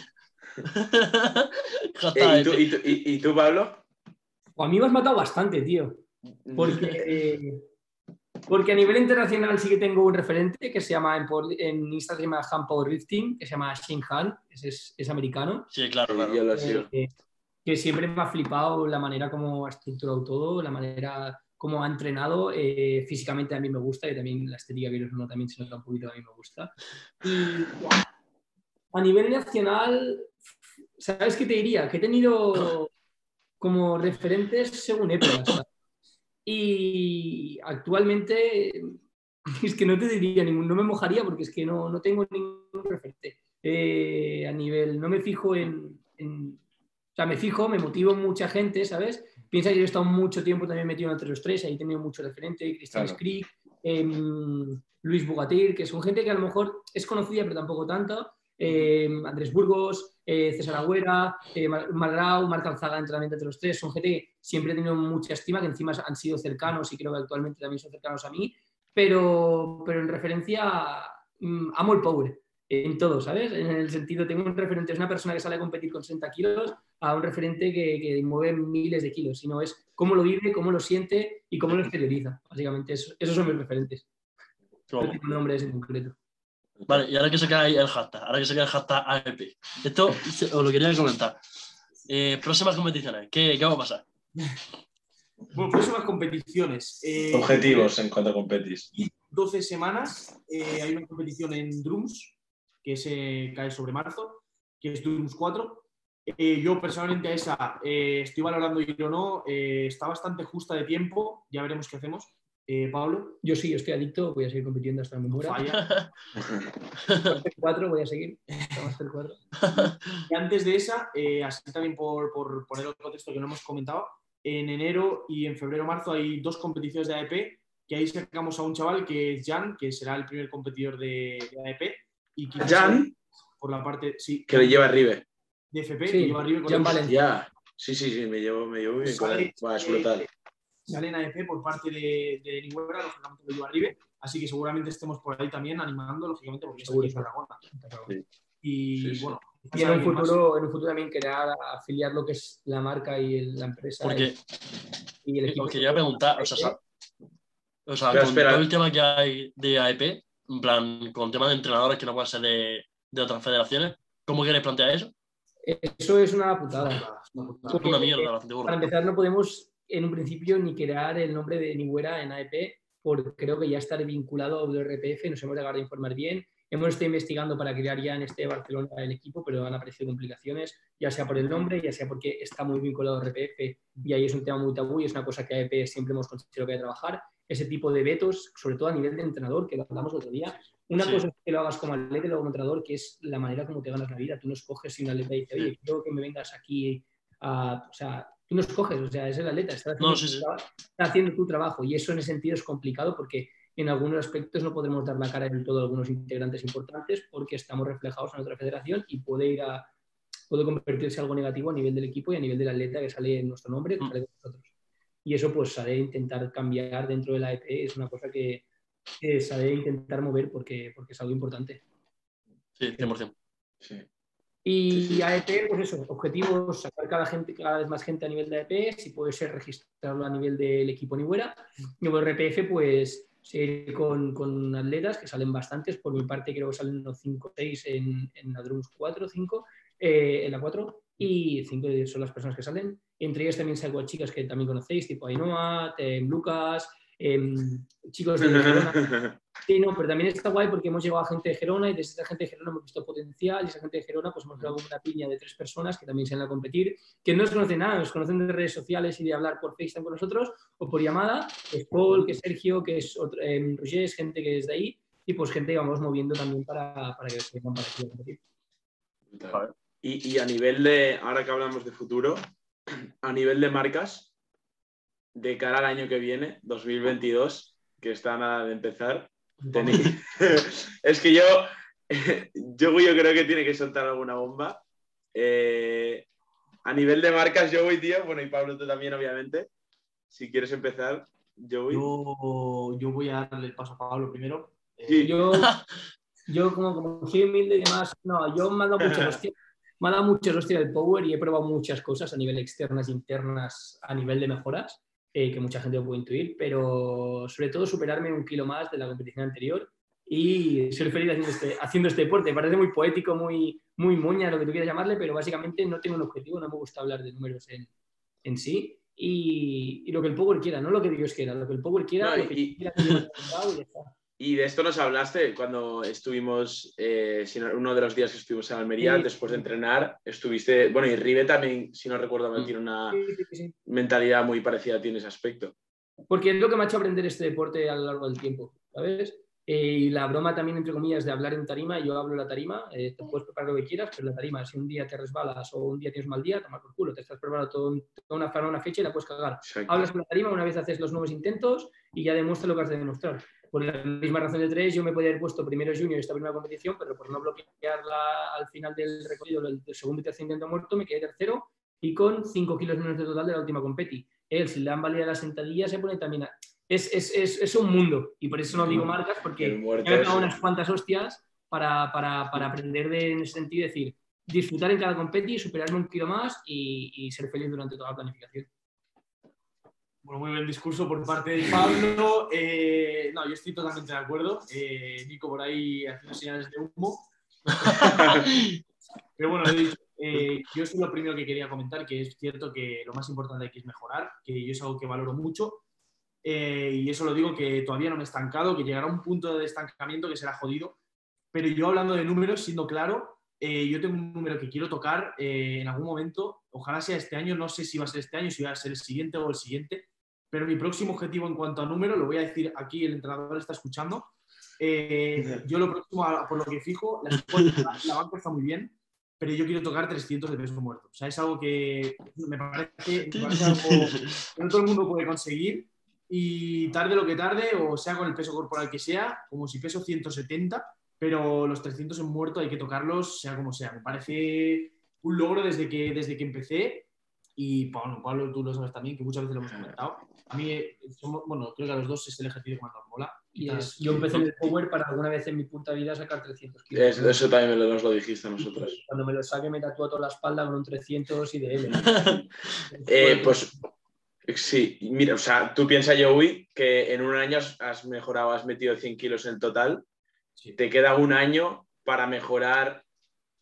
Eh, ¿y, tú, y, tú, y, ¿Y tú, Pablo? A mí me has matado bastante, tío. Porque, porque a nivel internacional sí que tengo un referente que se llama, en, en Instagram se llama Han Powerlifting, que se llama Shane Han, es, es, es americano. Sí, claro, claro. Yo lo sigo. Eh, que siempre me ha flipado la manera como ha estructurado todo, la manera como ha entrenado. Eh, físicamente a mí me gusta y también la estética que no también se nota un poquito, a mí me gusta. Y a nivel nacional, ¿sabes qué te diría? Que he tenido como referentes según épocas, ¿sabes? Y actualmente es que no te diría ningún, no me mojaría porque es que no, no tengo ningún referente. Eh, a nivel, no me fijo en, en, o sea, me fijo, me motivo mucha gente, ¿sabes? Piensa que yo he estado mucho tiempo también metido entre los tres, ahí he tenido mucho referente, Cristian Claro. Skrick, eh, Luis Bugatir, que son gente que a lo mejor es conocida pero tampoco tanto. Eh, Andrés Burgos, eh, César Agüera, eh, Malrau, Marc Alzaga, entrenamiento entre los tres, son gente que siempre he tenido mucha estima, que encima han sido cercanos y creo que actualmente también son cercanos a mí, pero, pero en referencia mmm, amo el power en todo, ¿sabes? En el sentido, tengo un referente, es una persona que sale a competir con sesenta kilos a un referente que, que mueve miles de kilos, sino es cómo lo vive, cómo lo siente y cómo lo exterioriza, básicamente, eso, esos son mis referentes. No tengo nombres en concreto. Vale, y ahora que se queda ahí el hashtag, ahora que se queda el hashtag A E P. Esto os lo quería comentar. Eh, próximas competiciones, ¿qué, ¿qué va a pasar? Bueno, próximas competiciones. Eh, Objetivos en cuanto a competis. doce semanas eh, hay una competición en Drums, que se cae sobre marzo, que es Drums cuatro. Eh, yo personalmente a esa eh, estoy valorando ir o no. Eh, está bastante justa de tiempo, ya veremos qué hacemos. Eh, Pablo. Yo sí, yo estoy adicto, voy a seguir compitiendo hasta que me muera. Falla. Master cuatro, voy a seguir. Master cuatro. Y antes de esa, eh, así también por, por poner otro contexto que no hemos comentado, en enero y en febrero-marzo hay dos competiciones de A E P, que ahí sacamos a un chaval que es Jan, que será el primer competidor de, de A E P. Y Jan, por la parte, sí, que lo lleva Rive. de F P, Sí, que lleva Rive con Jan el- Valencia. Ya. Sí, sí, sí, me llevo, me llevo bien con él. Buah, es brutal. Sale en A E P por parte de, de Niguera, lógicamente lo lleva Rive, así que seguramente estemos por ahí también animando, lógicamente, porque es aquí en Tarragona. Sí. Y Sí, sí. bueno, Y en un, futuro, en un futuro también querer afiliar lo que es la marca y el, la empresa. Porque y, y el equipo. os quería preguntar, o sea, o sea Espera, con espera. todo el tema que hay de A E P, en plan, con tema de entrenadores que no pueden ser de, de otras federaciones, ¿cómo queréis plantear eso? Eso es una putada. Una putada. Porque, Una mierda, bastante para gorda. empezar, no podemos en un principio ni crear el nombre de Niwera en A E P, porque creo que ya está vinculado a W R P F, nos hemos llegado a informar bien. Hemos estado investigando para crear ya en este Barcelona el equipo, pero han aparecido complicaciones, ya sea por el nombre, ya sea porque está muy vinculado a R P F y ahí es un tema muy tabú y es una cosa que A E P siempre hemos considerado que hay que trabajar. Ese tipo de vetos, sobre todo a nivel de entrenador, que lo hablamos el otro día. Una Sí. cosa es que lo hagas como atleta y luego como entrenador, que es la manera como te ganas la vida. Tú no escoges si un atleta dice, oye, quiero que me vengas aquí a... O sea, tú no escoges, o sea, es el atleta, está haciendo, No, sí, sí. está haciendo tu trabajo y eso en ese sentido es complicado porque en algunos aspectos no podremos dar la cara del todo a algunos integrantes importantes porque estamos reflejados en otra federación y puede ir a puede convertirse en algo negativo a nivel del equipo y a nivel del atleta que sale en nuestro nombre, que sale de nosotros. Y eso pues sale intentar cambiar dentro de la A E P, es una cosa que, que sale intentar mover porque, porque es algo importante. Sí, cien por ciento. Sí. Y Sí, sí. A E P, pues eso, objetivos, sacar cada, gente, cada vez más gente a nivel de A E P, si puede ser registrarlo a nivel del equipo Niwera. Y luego R P F, pues seguir con, con atletas, que salen bastantes. Por mi parte creo que salen unos cinco o seis en, en la Drums cuatro o cinco, eh, en la cuatro, y cinco son las personas que salen. Entre ellas también salgo a chicas que también conocéis, tipo Ainhoa, Tem, Lucas, eh, chicos de Gerona. Sí, no, pero también está guay porque hemos llegado a gente de Gerona y desde esa gente de Gerona hemos visto potencial y esa gente de Gerona pues hemos creado una piña de tres personas que también se van a competir, que no nos conocen nada, nos conocen de redes sociales y de hablar por FaceTime con nosotros o por llamada, que es Paul, que es Sergio, que es otro, eh, Roger, es gente que es de ahí y pues gente que vamos moviendo también para, para que se vengan para aquí a competir. Vale. Y, y a nivel de, ahora que hablamos de futuro, a nivel de marcas, de cara al año que viene, dos mil veintidós, que está a nada de empezar, tenéis... es que yo, yo, yo creo que tiene que soltar alguna bomba. Eh, a nivel de marcas, Joey, tío, bueno, y Pablo, tú también, obviamente. Si quieres empezar, Joey. Yo, yo voy a darle el paso a Pablo primero. Eh, Sí. Yo, yo como, como soy humilde y demás, no, yo me he dado muchas hostias, me ha dado muchas hostias del Power y he probado muchas cosas a nivel externas e internas, a nivel de mejoras, eh, que mucha gente lo puede intuir, pero sobre todo superarme un kilo más de la competición anterior y ser feliz haciendo este, haciendo este deporte. Parece muy poético, muy, muy moña, lo que tú quieras llamarle, pero básicamente no tengo un objetivo, no me gusta hablar de números en, en sí. Y, y lo que el Power quiera, no lo que Dios quiera, lo que el Power quiera, No, lo que y- quiera que yo me haya contado y ya está. Y de esto nos hablaste cuando estuvimos, eh, si no- uno de los días que estuvimos en Almería, Sí. después de entrenar, estuviste, bueno, y Ribe también, si no recuerdo mal, Mm. tiene una Sí, sí, sí, sí. mentalidad muy parecida a ti en ese aspecto. Porque es lo que me ha hecho aprender este deporte a lo largo del tiempo, ¿sabes? Eh, y la broma también, entre comillas, de hablar en tarima, yo hablo en la tarima, eh, te puedes preparar lo que quieras, pero la tarima, si un día te resbalas o un día tienes un mal día, toma por culo, te estás preparando todo, toda una, para una fecha y la puedes cagar. Exacto. Hablas en la tarima, una vez haces los nuevos intentos y ya demuestras lo que has de demostrar. Por la misma razón de tres, yo me podía haber puesto primero junior esta primera competición, pero por no bloquearla al final del recorrido, el segundo y tercer intento muerto, me quedé tercero y con cinco kilos menos de total de la última competi. Él, si le han valido las sentadillas, se pone también... A... Es, es, es, es un mundo y por eso no digo marcas, porque El me muerto he es- pegado unas cuantas hostias para, para, para aprender de, en ese sentido, es decir, disfrutar en cada competi, superarme un kilo más y, y ser feliz durante toda la planificación. Bueno, muy buen discurso por parte de Pablo. Eh, no, yo estoy totalmente de acuerdo. Eh, Nico por ahí haciendo señales de humo. Pero bueno, he dicho, eh, yo es lo primero que quería comentar, que es cierto que lo más importante aquí es mejorar, que yo es algo que valoro mucho. Eh, y eso lo digo que todavía no me he estancado, que llegará un punto de estancamiento que será jodido. Pero yo hablando de números, siendo claro, eh, yo tengo un número que quiero tocar eh, en algún momento. Ojalá sea este año, no sé si va a ser este año, si va a ser el siguiente o el siguiente. Pero mi próximo objetivo en cuanto a número, lo voy a decir aquí, el entrenador está escuchando. Eh, yo lo próximo, a- por lo que fijo, la, la, la banca está muy bien, pero yo quiero tocar trescientos de peso muerto. O sea, es algo que me parece, me parece algo que no todo el mundo puede conseguir. Y tarde lo que tarde, o sea con el peso corporal que sea, como si peso ciento setenta, pero los trescientos en muerto hay que tocarlos, sea como sea. Me parece un logro desde que, desde que empecé. Y Pablo, Pablo, tú lo sabes también, que muchas veces lo hemos comentado. A mí, eh, somos, bueno, creo que a los dos es el ejercicio que más nos mola. Y Tal. es, yo empecé en el Power para alguna vez en mi puta vida sacar trescientos kilos. Es- eso también me lo- nos lo dijiste a nosotros. Cuando me lo saque me tatúo toda la espalda con un trescientos y de L. Eh, pues sí, mira, o sea, tú piensas, Joey, que en un año has, has mejorado, has metido cien kilos en total. Sí. Te queda un año para mejorar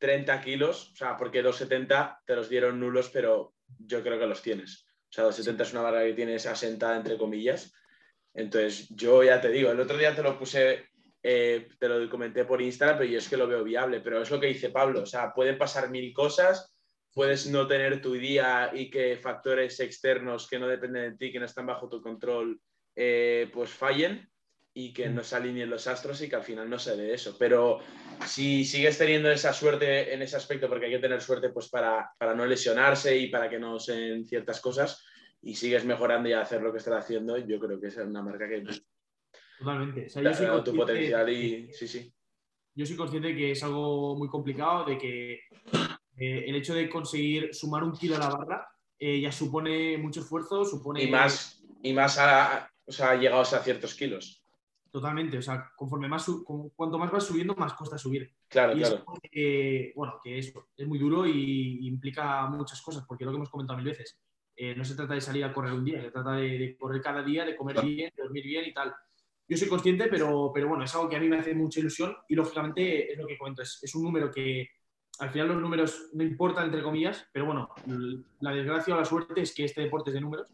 treinta kilos, o sea, porque doscientos setenta te los dieron nulos, pero yo creo que los tienes. O sea, doscientos setenta es una barra que tienes asentada, entre comillas. Entonces, yo ya te digo, el otro día te lo puse, eh, te lo comenté por Instagram, pero yo es que lo veo viable. Pero es lo que dice Pablo, o sea, pueden pasar mil cosas, puedes no tener tu día y que factores externos que no dependen de ti, que no están bajo tu control, eh, pues fallen y que no se alineen los astros y que al final no se dé eso. Pero si sigues teniendo esa suerte en ese aspecto, porque hay que tener suerte pues para, para no lesionarse y para que no sean ciertas cosas, y sigues mejorando y hacer lo que estás haciendo, yo creo que es una marca que Totalmente. O sea, te yo ha soy dado tu consciente- potencial y sí, sí. Yo soy consciente de que es algo muy complicado, de que eh, el hecho de conseguir sumar un kilo a la barra eh, ya supone mucho esfuerzo, supone... Y más, y más a, o sea, llegados a ciertos kilos. Totalmente, o sea, conforme más su- como- cuanto más vas subiendo, más cuesta subir. Claro, Y claro. es algo que, bueno, que eso es muy duro y, y implica muchas cosas, porque lo que hemos comentado mil veces, eh, no se trata de salir a correr un día, se trata de, de correr cada día, de comer bien, de dormir bien y tal. Yo soy consciente, pero, pero bueno, es algo que a mí me hace mucha ilusión y lógicamente es lo que cuento, es, es un número que al final los números no importan, entre comillas, pero bueno, la desgracia o la suerte es que este deporte es de números.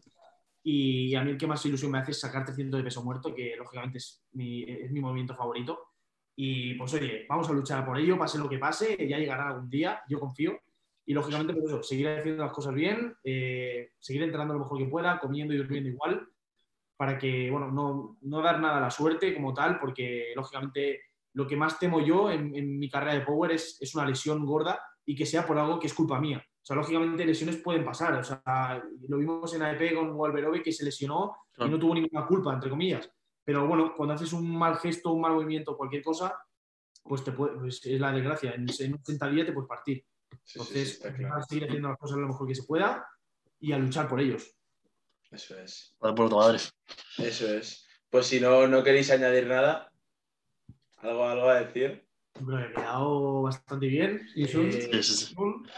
Y a mí el que más ilusión me hace es sacar trescientos de peso muerto, que lógicamente es mi, es mi movimiento favorito. Y pues oye, vamos a luchar por ello, pase lo que pase, ya llegará algún día, yo confío. Y lógicamente, pues eso, seguir haciendo las cosas bien, eh, seguir entrenando lo mejor que pueda, comiendo y durmiendo igual, para que, bueno, no, no dar nada a la suerte como tal, porque lógicamente lo que más temo yo en, en mi carrera de Power es, es una lesión gorda y que sea por algo que es culpa mía. O sea, lógicamente lesiones pueden pasar. O sea, lo vimos en A E P con Wolverove que se lesionó y no tuvo ninguna culpa, entre comillas. Pero bueno, cuando haces un mal gesto, un mal movimiento, cualquier cosa, pues, te puede, pues es la desgracia. En, en ochenta días te puedes partir. Sí, Entonces, sí, sí, está claro. a seguir haciendo las cosas lo mejor que se pueda y a luchar por ellos. Eso es. Vale, por tu madre. Eso es. Pues si no, no queréis añadir nada, algo, algo a decir. Yo creo que ha quedado bastante bien. Sí, son- Eh, Sí, sí, sí. un-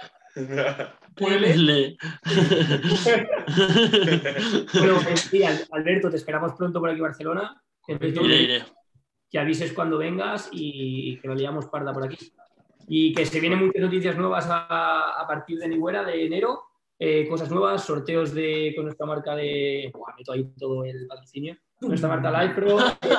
Huele. Bueno, eh, sí, Al- Alberto, te esperamos pronto por aquí en Barcelona. Entonces, Iré, iré. que avises cuando vengas y que lo liamos parda por aquí. Y que se vienen muchas noticias nuevas a, a partir de Nihuera, de enero. Eh, cosas nuevas, sorteos de, con nuestra marca de... Buah, meto ahí todo el patrocinio. Nuestra marca Lifepro.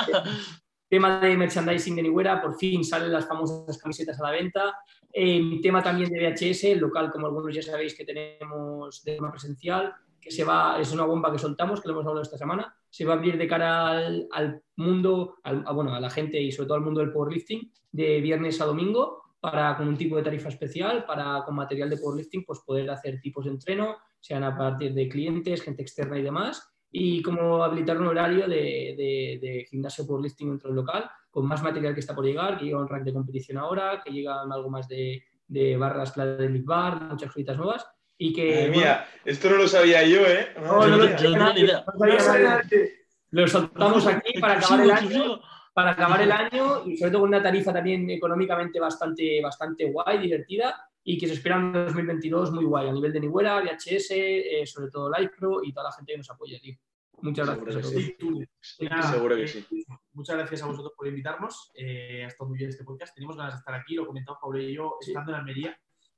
Tema de merchandising de Nihuera, por fin salen las famosas camisetas a la venta. Eh, tema también de V H S, el local, como algunos ya sabéis que tenemos de forma presencial, que se va, es una bomba que soltamos, que lo hemos hablado esta semana, se va a abrir de cara al, al mundo, al, a, bueno, a la gente y sobre todo al mundo del powerlifting, de viernes a domingo, para, con un tipo de tarifa especial, para con material de powerlifting pues poder hacer tipos de entreno, sean a partir de clientes, gente externa y demás, y como habilitar un horario de, de, de gimnasio powerlifting dentro del local, con más material que está por llegar, que llega un rack de competición ahora, que llega algo más de, de barras claras de Elite Bar, muchas cositas nuevas, y que... Ay, mira, esto no lo sabía yo, ¿eh? No, no, Yo lo no- yo no tenía ni idea. no sabía nadie. Lo soltamos aquí para acabar el año, Exclusivo. para acabar el año y sobre todo con una tarifa también económicamente bastante, bastante guay, divertida y que se espera en dos mil veintidós muy guay a nivel de Nihuera, V H S, eh, sobre todo Lifepro y toda la gente que nos apoya, tío. Muchas Seguro gracias a que todos. sí. Y nada, Seguro que eh, sí. Muchas gracias a vosotros por invitarnos. Eh, ha estado muy bien este podcast. Teníamos ganas de estar aquí, lo comentamos Pablo y yo, Sí. estando en Almería.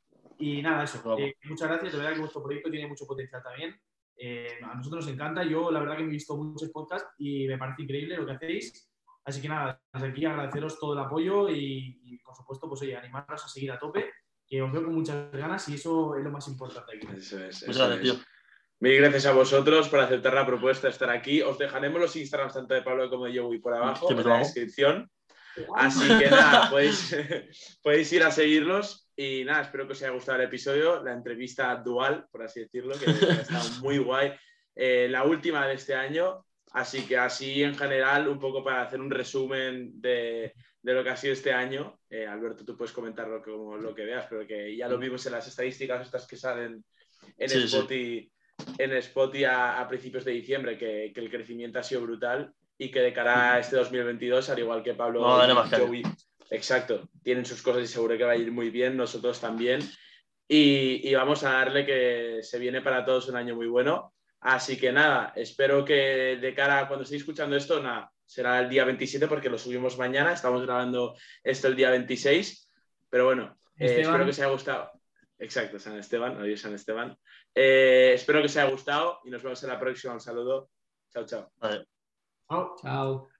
Y nada, eso. Vamos. Eh, muchas gracias. De verdad que vuestro proyecto tiene mucho potencial también. Eh, a nosotros nos encanta. Yo, la verdad, que me he visto muchos podcasts y me parece increíble lo que hacéis. Así que nada, desde aquí agradeceros todo el apoyo y, y por supuesto, pues oye, animaros a seguir a tope, que os veo con muchas ganas y eso es lo más importante aquí. Eso es. Muchas Eso gracias, es. tío. Mil gracias a vosotros por aceptar la propuesta de estar aquí. Os dejaremos los Instagrams tanto de Pablo como de Joey por abajo Sí, en por la abajo. descripción. Así que nada, podéis, podéis ir a seguirlos y nada, espero que os haya gustado el episodio, la entrevista dual, por así decirlo, que ha estado muy guay, eh, la última de este año, así que así en general, un poco para hacer un resumen de, de lo que ha sido este año. Eh, Alberto, tú puedes comentarlo como lo que veas, pero que ya lo vimos en las estadísticas estas que salen en Sí, sí. Spotify, en Spotify a, a principios de diciembre, que, que el crecimiento ha sido brutal. Y que de cara a este dos mil veintidós, al igual que Pablo Vamos a darle y más caña. Joey, exacto, tienen sus cosas y seguro que va a ir muy bien, nosotros también. Y, y vamos a darle que se viene para todos un año muy bueno. Así que nada, espero que de cara a cuando estéis escuchando esto, nada, será el día veintisiete porque lo subimos mañana, estamos grabando esto el día veintiséis. Pero bueno, Eh, espero que os haya gustado. Exacto, San Esteban, hoy es San Esteban. Eh, espero que os haya gustado y nos vemos en la próxima. Un saludo. Chao, chao. Vale. Chao. Chao.